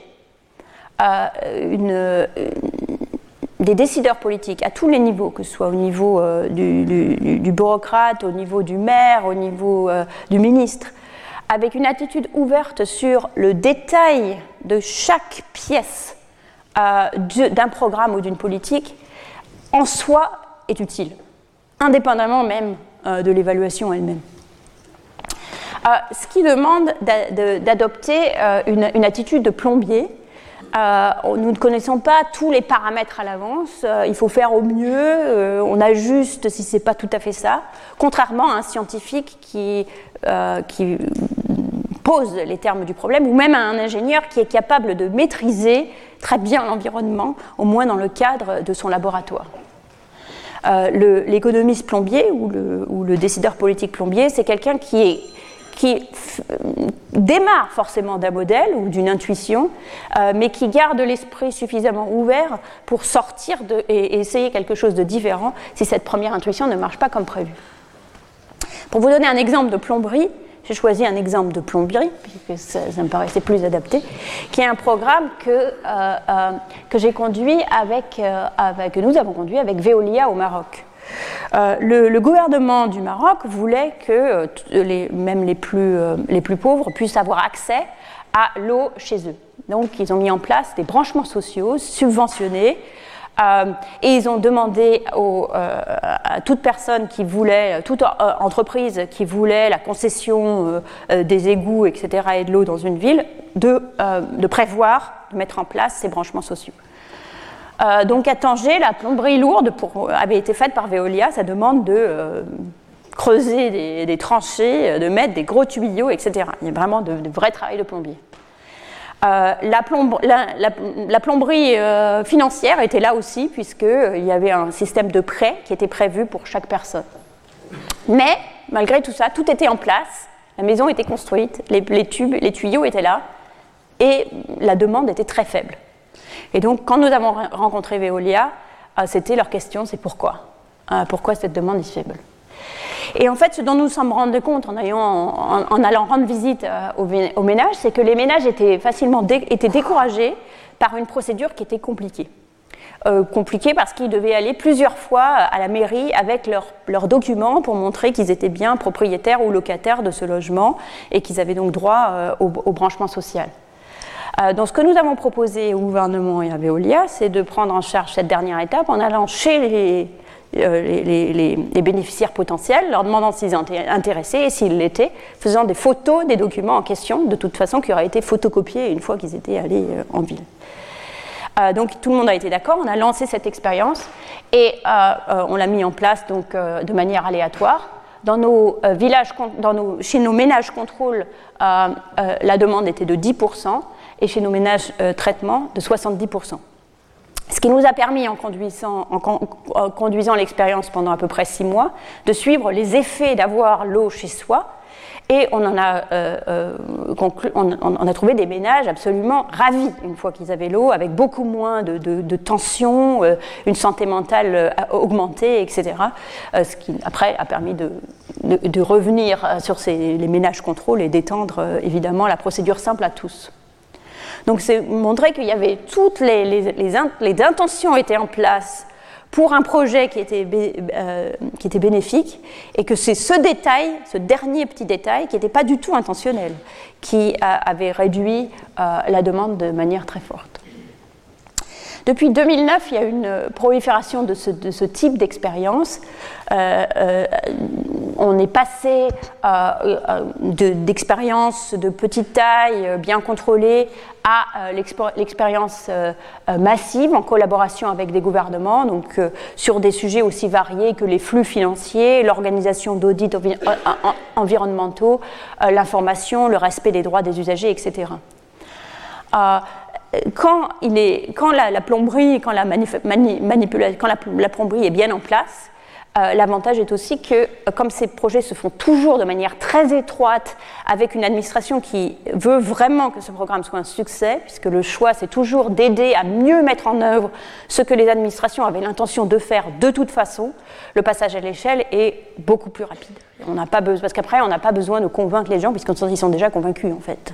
euh, une, une, des décideurs politiques à tous les niveaux, que ce soit au niveau euh, du, du, du bureaucrate, au niveau du maire, au niveau euh, du ministre, avec une attitude ouverte sur le détail de chaque pièce euh, de, d'un programme ou d'une politique, en soi est utile, indépendamment même euh, de l'évaluation elle-même. Euh, ce qui demande d'a, de, d'adopter euh, une, une attitude de plombier. Euh, nous ne connaissons pas tous les paramètres à l'avance, euh, il faut faire au mieux, euh, on ajuste si ce n'est pas tout à fait ça, contrairement à un scientifique qui, euh, qui pose les termes du problème, ou même à un ingénieur qui est capable de maîtriser très bien l'environnement, au moins dans le cadre de son laboratoire. Euh, le, l'économiste plombier ou le, ou le décideur politique plombier, c'est quelqu'un qui est qui f- démarre forcément d'un modèle ou d'une intuition, euh, mais qui garde l'esprit suffisamment ouvert pour sortir de, et, et essayer quelque chose de différent si cette première intuition ne marche pas comme prévu. Pour vous donner un exemple de plomberie, j'ai choisi un exemple de plomberie, puisque ça, ça me paraissait plus adapté, qui est un programme que, euh, euh, que j'ai conduit avec, euh, avec, que nous avons conduit avec Veolia au Maroc. Euh, le, le gouvernement du Maroc voulait que euh, les, même les plus, euh, les plus pauvres puissent avoir accès à l'eau chez eux. Donc ils ont mis en place des branchements sociaux subventionnés euh, et ils ont demandé aux, euh, à toute personne qui voulait, toute euh, entreprise qui voulait la concession euh, des égouts, et cetera et de l'eau dans une ville, de, euh, de prévoir, de mettre en place ces branchements sociaux. Euh, donc à Tanger, la plomberie lourde pour, avait été faite par Veolia. Ça demande de euh, creuser des, des tranchées, de mettre des gros tuyaux, et cetera. Il y a vraiment de, de vrai travail de plombier. Euh, la, plomb- la, la, la plomberie euh, financière était là aussi, puisqu'il euh, y avait un système de prêt qui était prévu pour chaque personne. Mais, malgré tout ça, tout était en place, la maison était construite, les, les tubes, les tuyaux étaient là, et la demande était très faible. Et donc, quand nous avons rencontré Veolia, euh, c'était leur question, c'est pourquoi euh, Pourquoi cette demande est si faible ? Et en fait, ce dont nous nous sommes rendus compte en, ayant, en, en allant rendre visite euh, aux, aux ménages, c'est que les ménages étaient facilement dé, étaient découragés par une procédure qui était compliquée. Euh, compliquée parce qu'ils devaient aller plusieurs fois à la mairie avec leurs leur documents pour montrer qu'ils étaient bien propriétaires ou locataires de ce logement et qu'ils avaient donc droit euh, au, au branchement social. Euh, donc ce que nous avons proposé au gouvernement et à Veolia, c'est de prendre en charge cette dernière étape en allant chez les, euh, les, les, les, les bénéficiaires potentiels, leur demandant s'ils étaient intéressés et s'ils l'étaient, faisant des photos des documents en question, de toute façon qui auraient été photocopiés une fois qu'ils étaient allés euh, en ville. Euh, donc tout le monde a été d'accord, on a lancé cette expérience et euh, euh, on l'a mis en place donc, euh, de manière aléatoire. Dans nos euh, villages, dans nos, chez nos ménages contrôle, euh, euh, la demande était de dix pour cent et chez nos ménages euh, traitement de soixante-dix pour cent. Ce qui nous a permis, en conduisant, en con, en conduisant l'expérience pendant à peu près six mois, de suivre les effets d'avoir l'eau chez soi. Et on, en a, euh, euh, conclu, on, on a trouvé des ménages absolument ravis une fois qu'ils avaient l'eau, avec beaucoup moins de, de, de tension, euh, une santé mentale euh, augmentée, et cetera. Euh, ce qui, après, a permis de, de, de revenir sur ces, les ménages contrôles et d'étendre, euh, évidemment, la procédure simple à tous. Donc, c'est montrer qu'il y avait toutes les, les, les, in, les intentions étaient en place pour un projet qui était, euh, qui était bénéfique, et que c'est ce détail, ce dernier petit détail, qui n'était pas du tout intentionnel, qui a, avait réduit euh, la demande de manière très forte. Depuis deux mille neuf, il y a une prolifération de ce, de ce type d'expérience. Euh, euh, on est passé euh, de, d'expériences de petite taille, bien contrôlées, à euh, l'expérience euh, massive en collaboration avec des gouvernements, donc euh, sur des sujets aussi variés que les flux financiers, l'organisation d'audits envi- environnementaux, euh, l'information, le respect des droits des usagers, et cetera. Euh, Quand, il est, quand la, la plomberie, quand, la, manip, mani, manipula, quand la, la plomberie est bien en place, euh, l'avantage est aussi que, euh, comme ces projets se font toujours de manière très étroite, avec une administration qui veut vraiment que ce programme soit un succès, puisque le choix, c'est toujours d'aider à mieux mettre en œuvre ce que les administrations avaient l'intention de faire de toute façon, le passage à l'échelle est beaucoup plus rapide. On n'a pas besoin, parce qu'après, on n'a pas besoin de convaincre les gens, puisqu'ils sont déjà convaincus, en fait.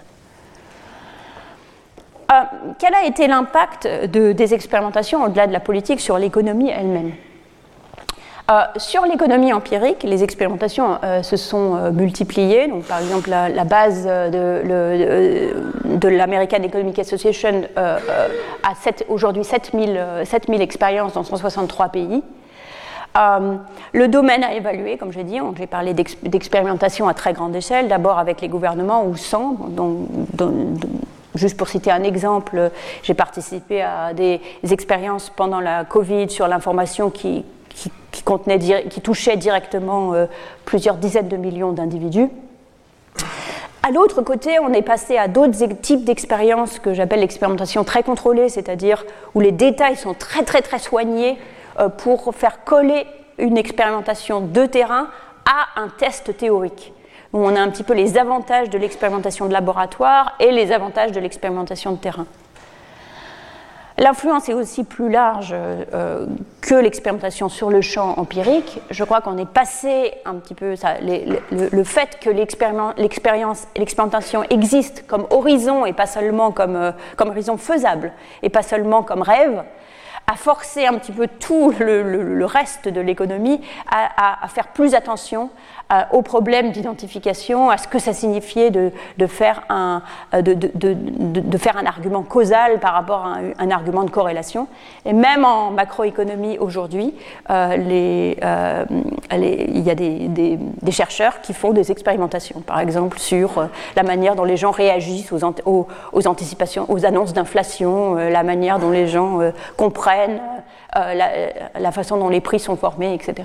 Euh, quel a été l'impact de, des expérimentations au-delà de la politique sur l'économie elle-même ? euh, Sur l'économie empirique, les expérimentations euh, se sont euh, multipliées. Donc, par exemple, la, la base de, le, de l'American Economic Association euh, euh, a sept, aujourd'hui sept mille expériences dans cent soixante-trois pays. Euh, le domaine à évaluer, comme j'ai dit, j'ai parlé d'ex, d'expérimentation à très grande échelle, d'abord avec les gouvernements ou sans. Donc, donc, Juste pour citer un exemple, j'ai participé à des expériences pendant la Covid sur l'information qui, qui, qui, contenait, qui touchait directement euh, plusieurs dizaines de millions d'individus. À l'autre côté, on est passé à d'autres types d'expériences que j'appelle l'expérimentation très contrôlée, c'est-à-dire où les détails sont très très très soignés euh, pour faire coller une expérimentation de terrain à un test théorique. Où on a un petit peu les avantages de l'expérimentation de laboratoire et les avantages de l'expérimentation de terrain. L'influence est aussi plus large euh, que l'expérimentation sur le champ empirique. Je crois qu'on est passé un petit peu, ça, les, le, le fait que l'expérience, l'expérimentation existe comme horizon et pas seulement comme, euh, comme horizon faisable et pas seulement comme rêve, a forcé un petit peu tout le, le, le reste de l'économie à, à, à faire plus attention à, aux problèmes d'identification, à ce que ça signifiait de, de, faire un, de, de, de, de faire un argument causal par rapport à un, un argument de corrélation. Et même en macroéconomie aujourd'hui, euh, les, euh, les, il y a des, des, des chercheurs qui font des expérimentations, par exemple sur euh, la manière dont les gens réagissent aux, aux, aux anticipations, aux annonces d'inflation, euh, la manière dont les gens euh, comprennent Euh, la, la façon dont les prix sont formés, et cetera.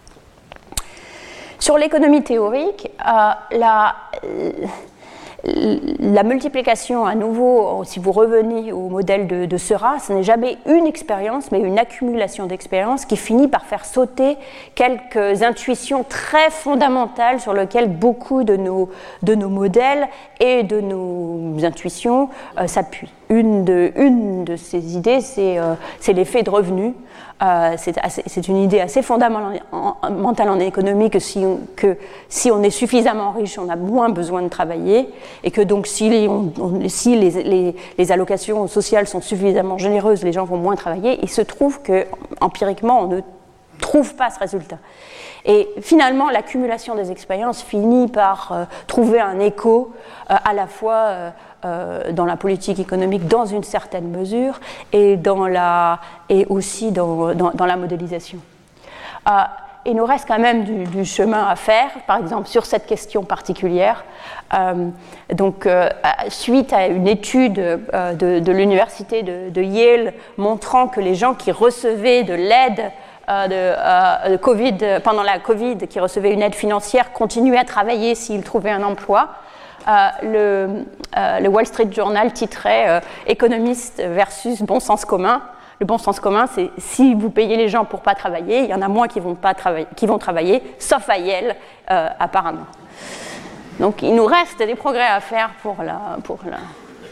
Sur l'économie théorique, euh, la, euh, la multiplication, à nouveau, si vous revenez au modèle de, de Seurat, ce n'est jamais une expérience, mais une accumulation d'expériences qui finit par faire sauter quelques intuitions très fondamentales sur lesquelles beaucoup de nos, de nos modèles et de nos intuitions euh, s'appuient. Une de, une de ces idées, c'est, euh, c'est l'effet de revenu. Euh, c'est, assez, c'est une idée assez fondamentale en, en économie que si, on, que si on est suffisamment riche, on a moins besoin de travailler, et que donc si, les, on, on, si les, les, les allocations sociales sont suffisamment généreuses, les gens vont moins travailler. Il se trouve que empiriquement, on ne trouve pas ce résultat. Et finalement, l'accumulation des expériences finit par euh, trouver un écho euh, à la fois euh, euh, dans la politique économique dans une certaine mesure et, dans la, et aussi dans, dans, dans la modélisation. Euh, il nous reste quand même du, du chemin à faire, par exemple sur cette question particulière. Euh, donc, euh, suite à une étude euh, de, de l'université de, de Yale montrant que les gens qui recevaient de l'aide Euh, de, euh, de COVID, pendant la Covid, qui recevaient une aide financière, continuaient à travailler s'ils trouvaient un emploi. Euh, le, euh, le Wall Street Journal titrait euh, « Économiste versus bon sens commun », le bon sens commun, c'est si vous payez les gens pour ne pas travailler, il y en a moins qui vont, pas travailler, qui vont travailler, sauf à Yale, euh, apparemment. Donc il nous reste des progrès à faire pour la... Pour la...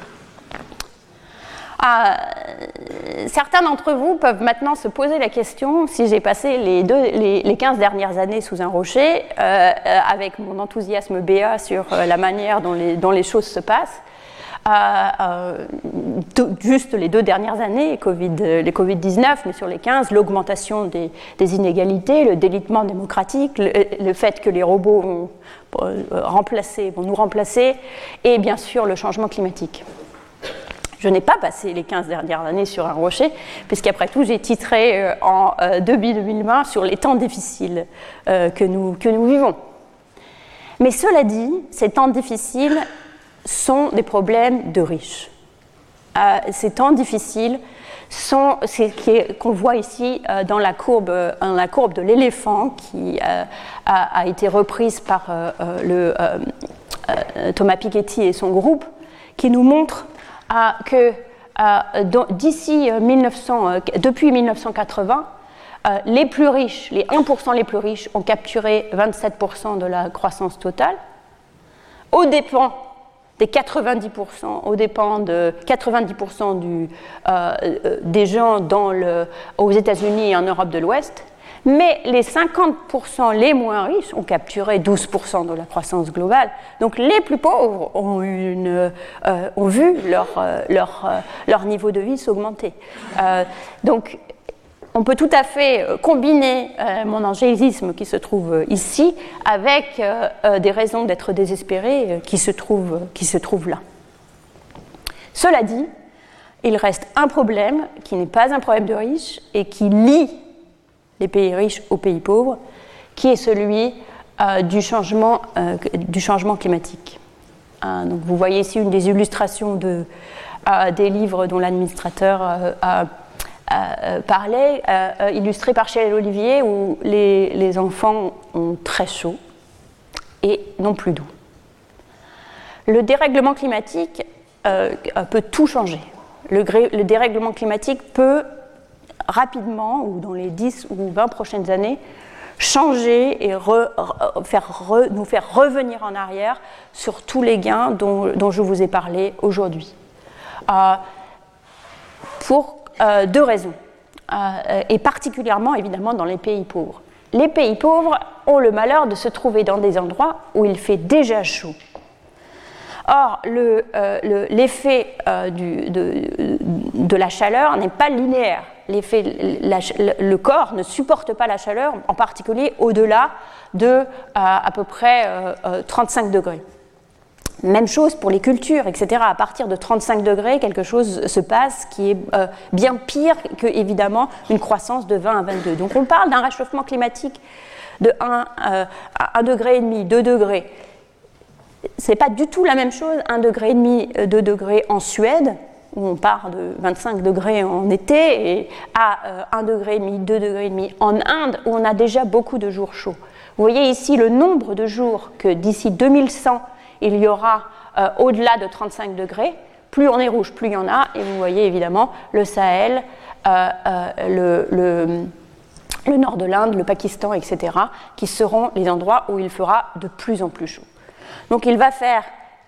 Ah, certains d'entre vous peuvent maintenant se poser la question si j'ai passé les, deux, les, les quinze dernières années sous un rocher, euh, avec mon enthousiasme béat sur la manière dont les, dont les choses se passent, euh, euh, tout, juste les deux dernières années, COVID, les covid dix-neuf, mais sur les quinze, l'augmentation des, des inégalités, le délitement démocratique, le, le fait que les robots vont, remplacer, vont nous remplacer, et bien sûr le changement climatique. Je n'ai pas passé les quinze dernières années sur un rocher, puisqu'après tout, j'ai titré euh, en euh, début deux mille vingt sur les temps difficiles euh, que, nous, que nous vivons. Mais cela dit, ces temps difficiles sont des problèmes de riches. Euh, ces temps difficiles sont ce qu'on voit ici euh, dans, la courbe, dans la courbe de l'éléphant qui euh, a, a été reprise par euh, le, euh, euh, Thomas Piketty et son groupe, qui nous montre Euh, que euh, d'ici mille neuf cents, euh, depuis mille neuf cent quatre-vingts, euh, les plus riches, les un pour cent les plus riches, ont capturé vingt-sept pour cent de la croissance totale, aux dépens des quatre-vingt-dix pour cent, aux dépens de quatre-vingt-dix pour cent du, euh, des gens dans le, aux États-Unis et en Europe de l'Ouest. Mais les cinquante pour cent les moins riches ont capturé douze pour cent de la croissance globale. Donc les plus pauvres ont, une, euh, ont vu leur, euh, leur, euh, leur niveau de vie s'augmenter. Euh, donc on peut tout à fait combiner euh, mon angélisme qui se trouve ici avec euh, euh, des raisons d'être désespéré euh, qui, se trouvent, qui se trouvent là. Cela dit, il reste un problème qui n'est pas un problème de riches et qui lie les pays riches aux pays pauvres, qui est celui euh, du, changement, euh, du changement climatique. Euh, donc vous voyez ici une des illustrations de, euh, des livres dont l'administrateur euh, a euh, parlé, euh, illustrés par Michel Olivier, où les, les enfants ont très chaud et n'ont plus d'eau. Le dérèglement climatique euh, peut tout changer. Le, gré, le dérèglement climatique peut rapidement, ou dans les dix ou vingt prochaines années, changer et re, re, faire re, nous faire revenir en arrière sur tous les gains dont, dont je vous ai parlé aujourd'hui. Euh, pour euh, deux raisons, euh, et particulièrement évidemment dans les pays pauvres. Les pays pauvres ont le malheur de se trouver dans des endroits où il fait déjà chaud. Or, le, euh, le, l'effet euh, du, de, de la chaleur n'est pas linéaire. L'effet, la, le corps ne supporte pas la chaleur, en particulier au-delà de euh, à peu près euh, trente-cinq degrés. Même chose pour les cultures, et cetera. À partir de trente-cinq degrés, quelque chose se passe qui est euh, bien pire que, évidemment, une croissance de vingt à vingt-deux. Donc on parle d'un réchauffement climatique de un, euh, à un degré et demi, deux degrés. Ce n'est pas du tout la même chose, un degré et demi, deux degrés en Suède, où on part de vingt-cinq degrés en été, et à euh, un degré et demi, deux degrés et demi en Inde, où on a déjà beaucoup de jours chauds. Vous voyez ici le nombre de jours que d'ici deux mille cent, il y aura euh, au-delà de trente-cinq degrés. Plus on est rouge, plus il y en a, et vous voyez évidemment le Sahel, euh, euh, le, le, le nord de l'Inde, le Pakistan, et cetera, qui seront les endroits où il fera de plus en plus chaud. Donc il va faire,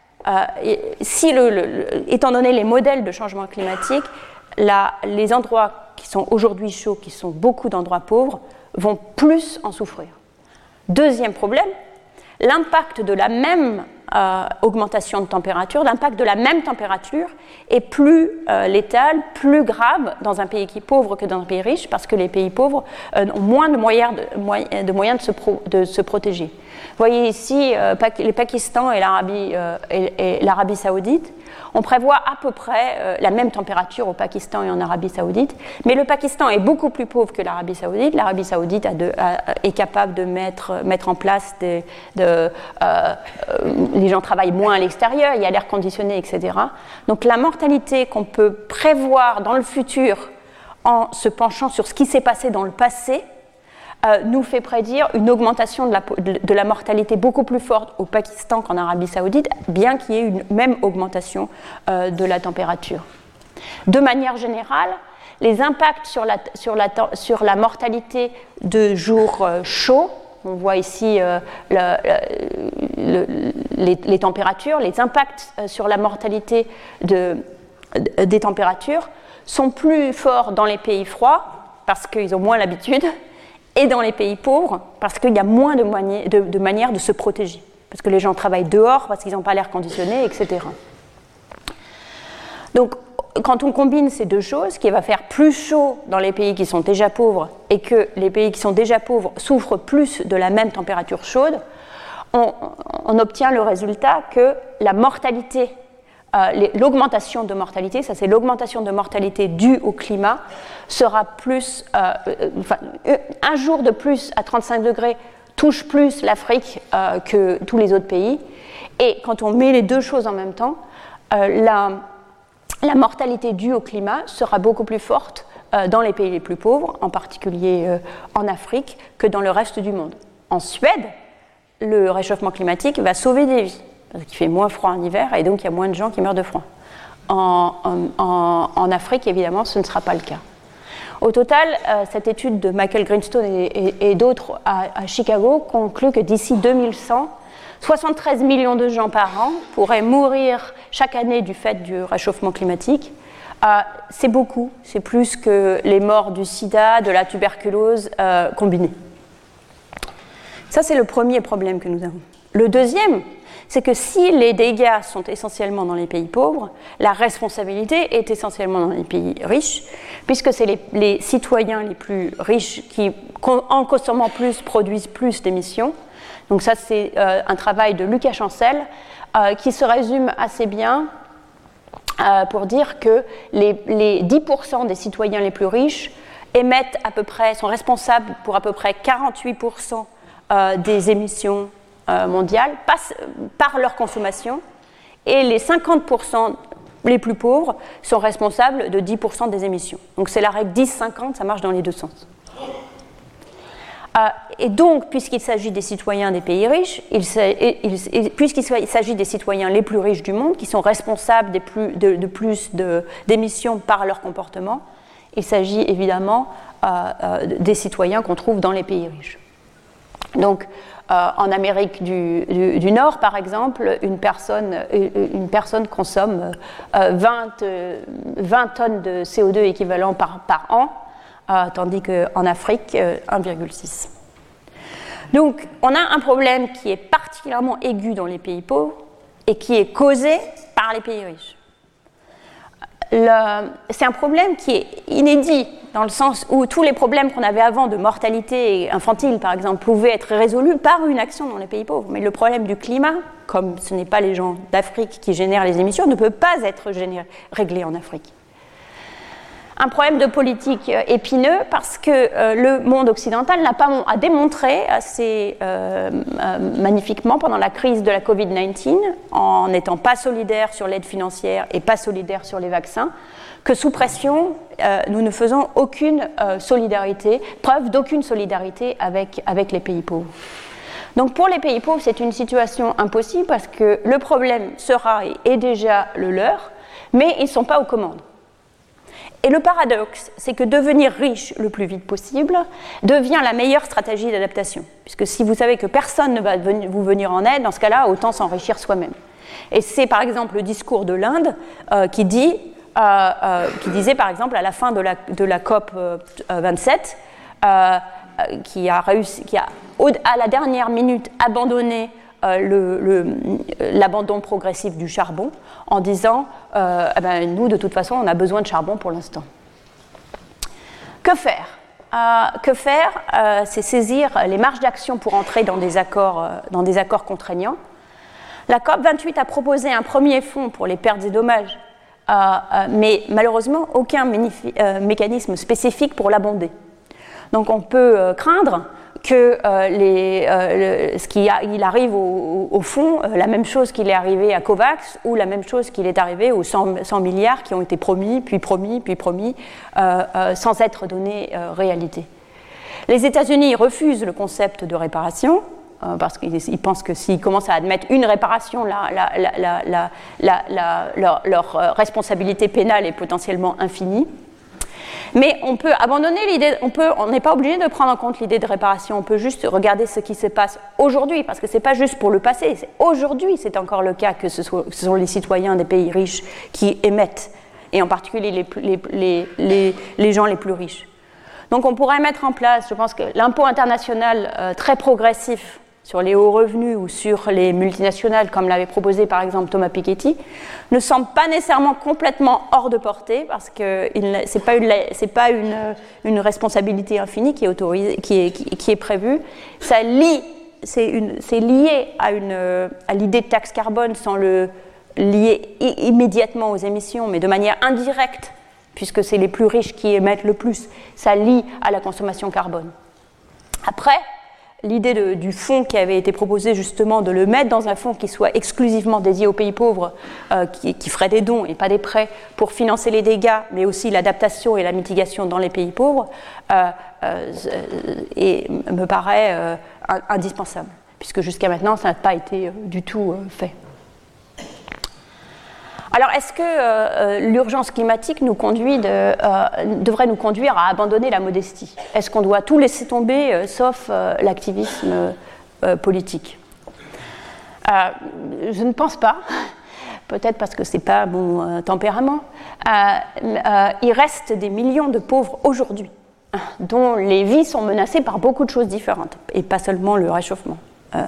euh, si le, le, étant donné les modèles de changement climatique, la, les endroits qui sont aujourd'hui chauds, qui sont beaucoup d'endroits pauvres, vont plus en souffrir. Deuxième problème, l'impact de la même euh, augmentation de température, l'impact de la même température est plus euh, létal, plus grave dans un pays qui est pauvre que dans un pays riche, parce que les pays pauvres euh, ont moins de moyens de, moyens, de, moyens de, se, pro, de se protéger. Vous voyez ici euh, le Pakistan et l'Arabie, euh, et, et l'Arabie saoudite. On prévoit à peu près euh, la même température au Pakistan et en Arabie saoudite, mais le Pakistan est beaucoup plus pauvre que l'Arabie saoudite. L'Arabie saoudite a de, a, est capable de mettre, mettre en place des... De, euh, euh, les gens travaillent moins à l'extérieur, il y a l'air conditionné, et cetera. Donc la mortalité qu'on peut prévoir dans le futur en se penchant sur ce qui s'est passé dans le passé, Euh, nous fait prédire une augmentation de la, de, de la mortalité beaucoup plus forte au Pakistan qu'en Arabie saoudite, bien qu'il y ait une même augmentation euh, de la température. De manière générale, les impacts sur la, sur la, sur la mortalité de jours euh, chauds. On voit ici euh, le, le, les, les températures, les impacts euh, sur la mortalité de, de, des températures sont plus forts dans les pays froids parce qu'ils ont moins l'habitude, et dans les pays pauvres parce qu'il y a moins de, mani- de, de manières de se protéger, parce que les gens travaillent dehors, parce qu'ils n'ont pas l'air conditionné, et cetera. Donc, quand on combine ces deux choses, qui va faire plus chaud dans les pays qui sont déjà pauvres et que les pays qui sont déjà pauvres souffrent plus de la même température chaude, on, on obtient le résultat que la mortalité, euh, les, l'augmentation de mortalité, ça c'est l'augmentation de mortalité due au climat, sera plus, euh, euh, enfin, un jour de plus à trente-cinq degrés touche plus l'Afrique euh, que tous les autres pays. Et quand on met les deux choses en même temps, euh, la La mortalité due au climat sera beaucoup plus forte euh, dans les pays les plus pauvres, en particulier euh, en Afrique, que dans le reste du monde. En Suède, le réchauffement climatique va sauver des vies, parce qu'il fait moins froid en hiver et donc il y a moins de gens qui meurent de froid. En, en, en Afrique, évidemment, ce ne sera pas le cas. Au total, euh, cette étude de Michael Greenstone et, et, et d'autres à, à Chicago conclut que d'ici deux mille cent, soixante-treize millions de gens par an pourraient mourir chaque année du fait du réchauffement climatique. Euh, c'est beaucoup, c'est plus que les morts du sida, de la tuberculose euh, combinées. Ça, c'est le premier problème que nous avons. Le deuxième, c'est que si les dégâts sont essentiellement dans les pays pauvres, la responsabilité est essentiellement dans les pays riches, puisque c'est les, les citoyens les plus riches qui, en consommant plus, produisent plus d'émissions. Donc ça, c'est euh, un travail de Lucas Chancel euh, qui se résume assez bien euh, pour dire que les, les dix pour cent des citoyens les plus riches émettent à peu près, sont responsables pour à peu près quarante-huit pour cent euh, des émissions euh, mondiales passe, par leur consommation, et les cinquante pour cent les plus pauvres sont responsables de dix pour cent des émissions. Donc c'est la règle dix cinquante, ça marche dans les deux sens. Euh, et donc, puisqu'il s'agit des citoyens des pays riches, il, il, il, puisqu'il s'agit des citoyens les plus riches du monde, qui sont responsables des plus, de, de plus de, d'émissions par leur comportement, il s'agit évidemment euh, euh, des citoyens qu'on trouve dans les pays riches. Donc, euh, en Amérique du, du, du Nord, par exemple, une personne, une personne consomme euh, vingt, vingt tonnes de C O deux équivalent par, par an, Euh, tandis qu'en Afrique, euh, un virgule six. Donc, on a un problème qui est particulièrement aigu dans les pays pauvres et qui est causé par les pays riches. Le, c'est un problème qui est inédit, dans le sens où tous les problèmes qu'on avait avant de mortalité infantile, par exemple, pouvaient être résolus par une action dans les pays pauvres. Mais le problème du climat, comme ce n'est pas les gens d'Afrique qui génèrent les émissions, ne peut pas être généré, réglé en Afrique. Un problème de politique euh, épineux parce que euh, le monde occidental n'a pas a démontré assez euh, euh, magnifiquement pendant la crise de la covid dix-neuf, en n'étant pas solidaire sur l'aide financière et pas solidaire sur les vaccins, que sous pression, euh, nous ne faisons aucune euh, solidarité, preuve d'aucune solidarité avec, avec les pays pauvres. Donc pour les pays pauvres, c'est une situation impossible parce que le problème sera et est déjà le leur, mais ils ne sont pas aux commandes. Et le paradoxe, c'est que devenir riche le plus vite possible devient la meilleure stratégie d'adaptation. Puisque si vous savez que personne ne va vous venir en aide, dans ce cas-là, autant s'enrichir soi-même. Et c'est par exemple le discours de l'Inde euh, qui, dit, euh, euh, qui disait par exemple à la fin de la, de la COP vingt-sept, euh, qui a réussi, qui a à la dernière minute abandonné Euh, le, le, l'abandon progressif du charbon en disant euh, eh ben, nous de toute façon on a besoin de charbon pour l'instant. Que faire euh, Que faire euh, C'est saisir les marges d'action pour entrer dans des accords, euh, dans des accords contraignants. La COP vingt-huit a proposé un premier fonds pour les pertes et dommages, euh, euh, mais malheureusement aucun ménifi- euh, mécanisme spécifique pour l'abonder. Donc on peut euh, craindre que euh, les, euh, le, ce qui a, il arrive au, au fond, euh, la même chose qu'il est arrivé à COVAX ou la même chose qu'il est arrivé aux cent, cent milliards qui ont été promis, puis promis, puis promis, euh, euh, sans être donnés euh, réalité. Les États-Unis refusent le concept de réparation euh, parce qu'ils pensent que s'ils commencent à admettre une réparation, la, la, la, la, la, la, la, leur, leur responsabilité pénale est potentiellement infinie. Mais on peut abandonner l'idée, on peut, on n'est pas obligé de prendre en compte l'idée de réparation, on peut juste regarder ce qui se passe aujourd'hui, parce que ce n'est pas juste pour le passé, c'est aujourd'hui, c'est encore le cas que ce, soit, ce sont les citoyens des pays riches qui émettent, et en particulier les, les, les, les, les gens les plus riches. Donc on pourrait mettre en place, je pense que l'impôt international euh, très progressif sur les hauts revenus ou sur les multinationales, comme l'avait proposé par exemple Thomas Piketty, ne semble pas nécessairement complètement hors de portée, parce que ce n'est pas, une, c'est pas une, une responsabilité infinie qui est, autorisée, qui est, qui, qui est prévue. Ça lie, c'est, une, c'est lié à, une, à l'idée de taxe carbone sans le lier immédiatement aux émissions, mais de manière indirecte, puisque c'est les plus riches qui émettent le plus. Ça lie à la consommation carbone. Après, l'idée de, du fonds qui avait été proposé justement de le mettre dans un fonds qui soit exclusivement dédié aux pays pauvres, euh, qui, qui ferait des dons et pas des prêts pour financer les dégâts, mais aussi l'adaptation et la mitigation dans les pays pauvres, euh, euh, et me paraît euh, indispensable, puisque jusqu'à maintenant ça n'a pas été du tout euh, fait. Alors, est-ce que euh, l'urgence climatique nous conduit de, euh, devrait nous conduire à abandonner la modestie ? Est-ce qu'on doit tout laisser tomber, euh, sauf euh, l'activisme euh, politique ? euh, Je ne pense pas. Peut-être parce que ce n'est pas mon euh, tempérament. Euh, euh, il reste des millions de pauvres aujourd'hui, dont les vies sont menacées par beaucoup de choses différentes, et pas seulement le réchauffement. Euh,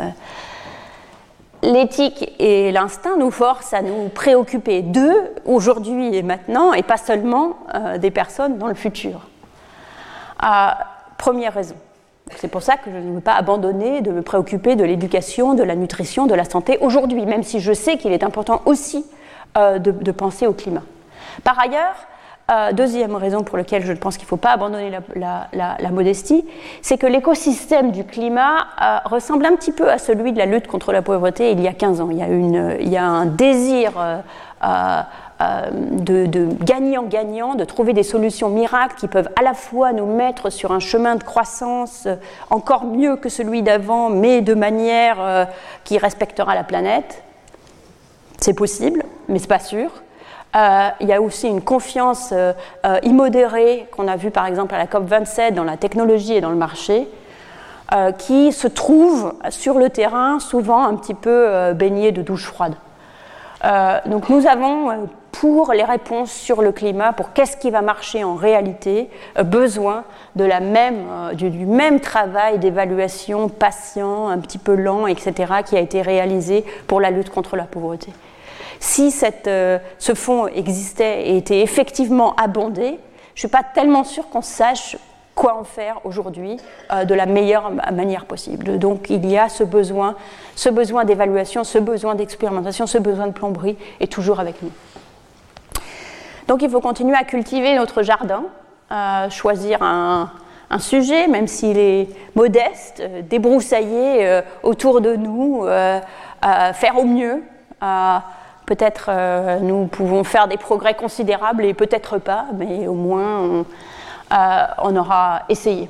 L'éthique et l'instinct nous forcent à nous préoccuper d'eux, aujourd'hui et maintenant, et pas seulement euh, des personnes dans le futur. Euh, première raison. C'est pour ça que je ne veux pas abandonner de me préoccuper de l'éducation, de la nutrition, de la santé aujourd'hui, même si je sais qu'il est important aussi euh, de, de penser au climat. Par ailleurs, Euh, deuxième raison pour laquelle je pense qu'il ne faut pas abandonner la, la, la, la modestie, c'est que l'écosystème du climat euh, ressemble un petit peu à celui de la lutte contre la pauvreté il y a quinze ans. Il y a, une, il y a un désir euh, euh, de, de gagnant-gagnant, de trouver des solutions miracles qui peuvent à la fois nous mettre sur un chemin de croissance encore mieux que celui d'avant, mais de manière euh, qui respectera la planète. C'est possible, mais ce n'est pas sûr. Euh, il y a aussi une confiance euh, euh, immodérée qu'on a vue par exemple à la COP vingt-sept dans la technologie et dans le marché, euh, qui se trouve sur le terrain souvent un petit peu euh, baignée de douche froide. Euh, donc nous avons, euh, pour les réponses sur le climat, pour qu'est-ce qui va marcher en réalité, euh, besoin de la même, euh, du, du même travail d'évaluation patient, un petit peu lent, et cetera, qui a été réalisé pour la lutte contre la pauvreté. Si cette, euh, ce fonds existait et était effectivement abondé, je ne suis pas tellement sûre qu'on sache quoi en faire aujourd'hui euh, de la meilleure manière possible. Donc il y a ce besoin, ce besoin d'évaluation, ce besoin d'expérimentation, ce besoin de plomberie est toujours avec nous. Donc il faut continuer à cultiver notre jardin, euh, choisir un, un sujet, même s'il est modeste, euh, débroussailler euh, autour de nous, euh, euh, faire au mieux. Euh, Peut-être euh, nous pouvons faire des progrès considérables et peut-être pas, mais au moins on, euh, on aura essayé.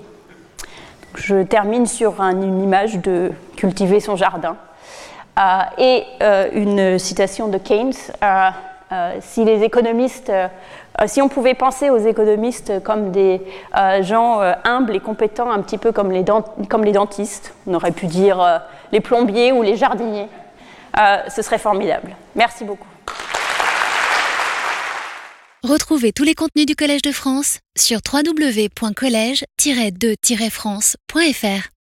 Je termine sur un, une image de cultiver son jardin euh, et euh, une citation de Keynes. Euh, euh, si les économistes, euh, si on pouvait penser aux économistes comme des euh, gens euh, humbles et compétents, un petit peu comme les, dent- comme les dentistes, on aurait pu dire euh, les plombiers ou les jardiniers. Euh, ce serait formidable. Merci beaucoup. Retrouvez tous les contenus du Collège de France sur w w w point collège tiret de tiret france point f r.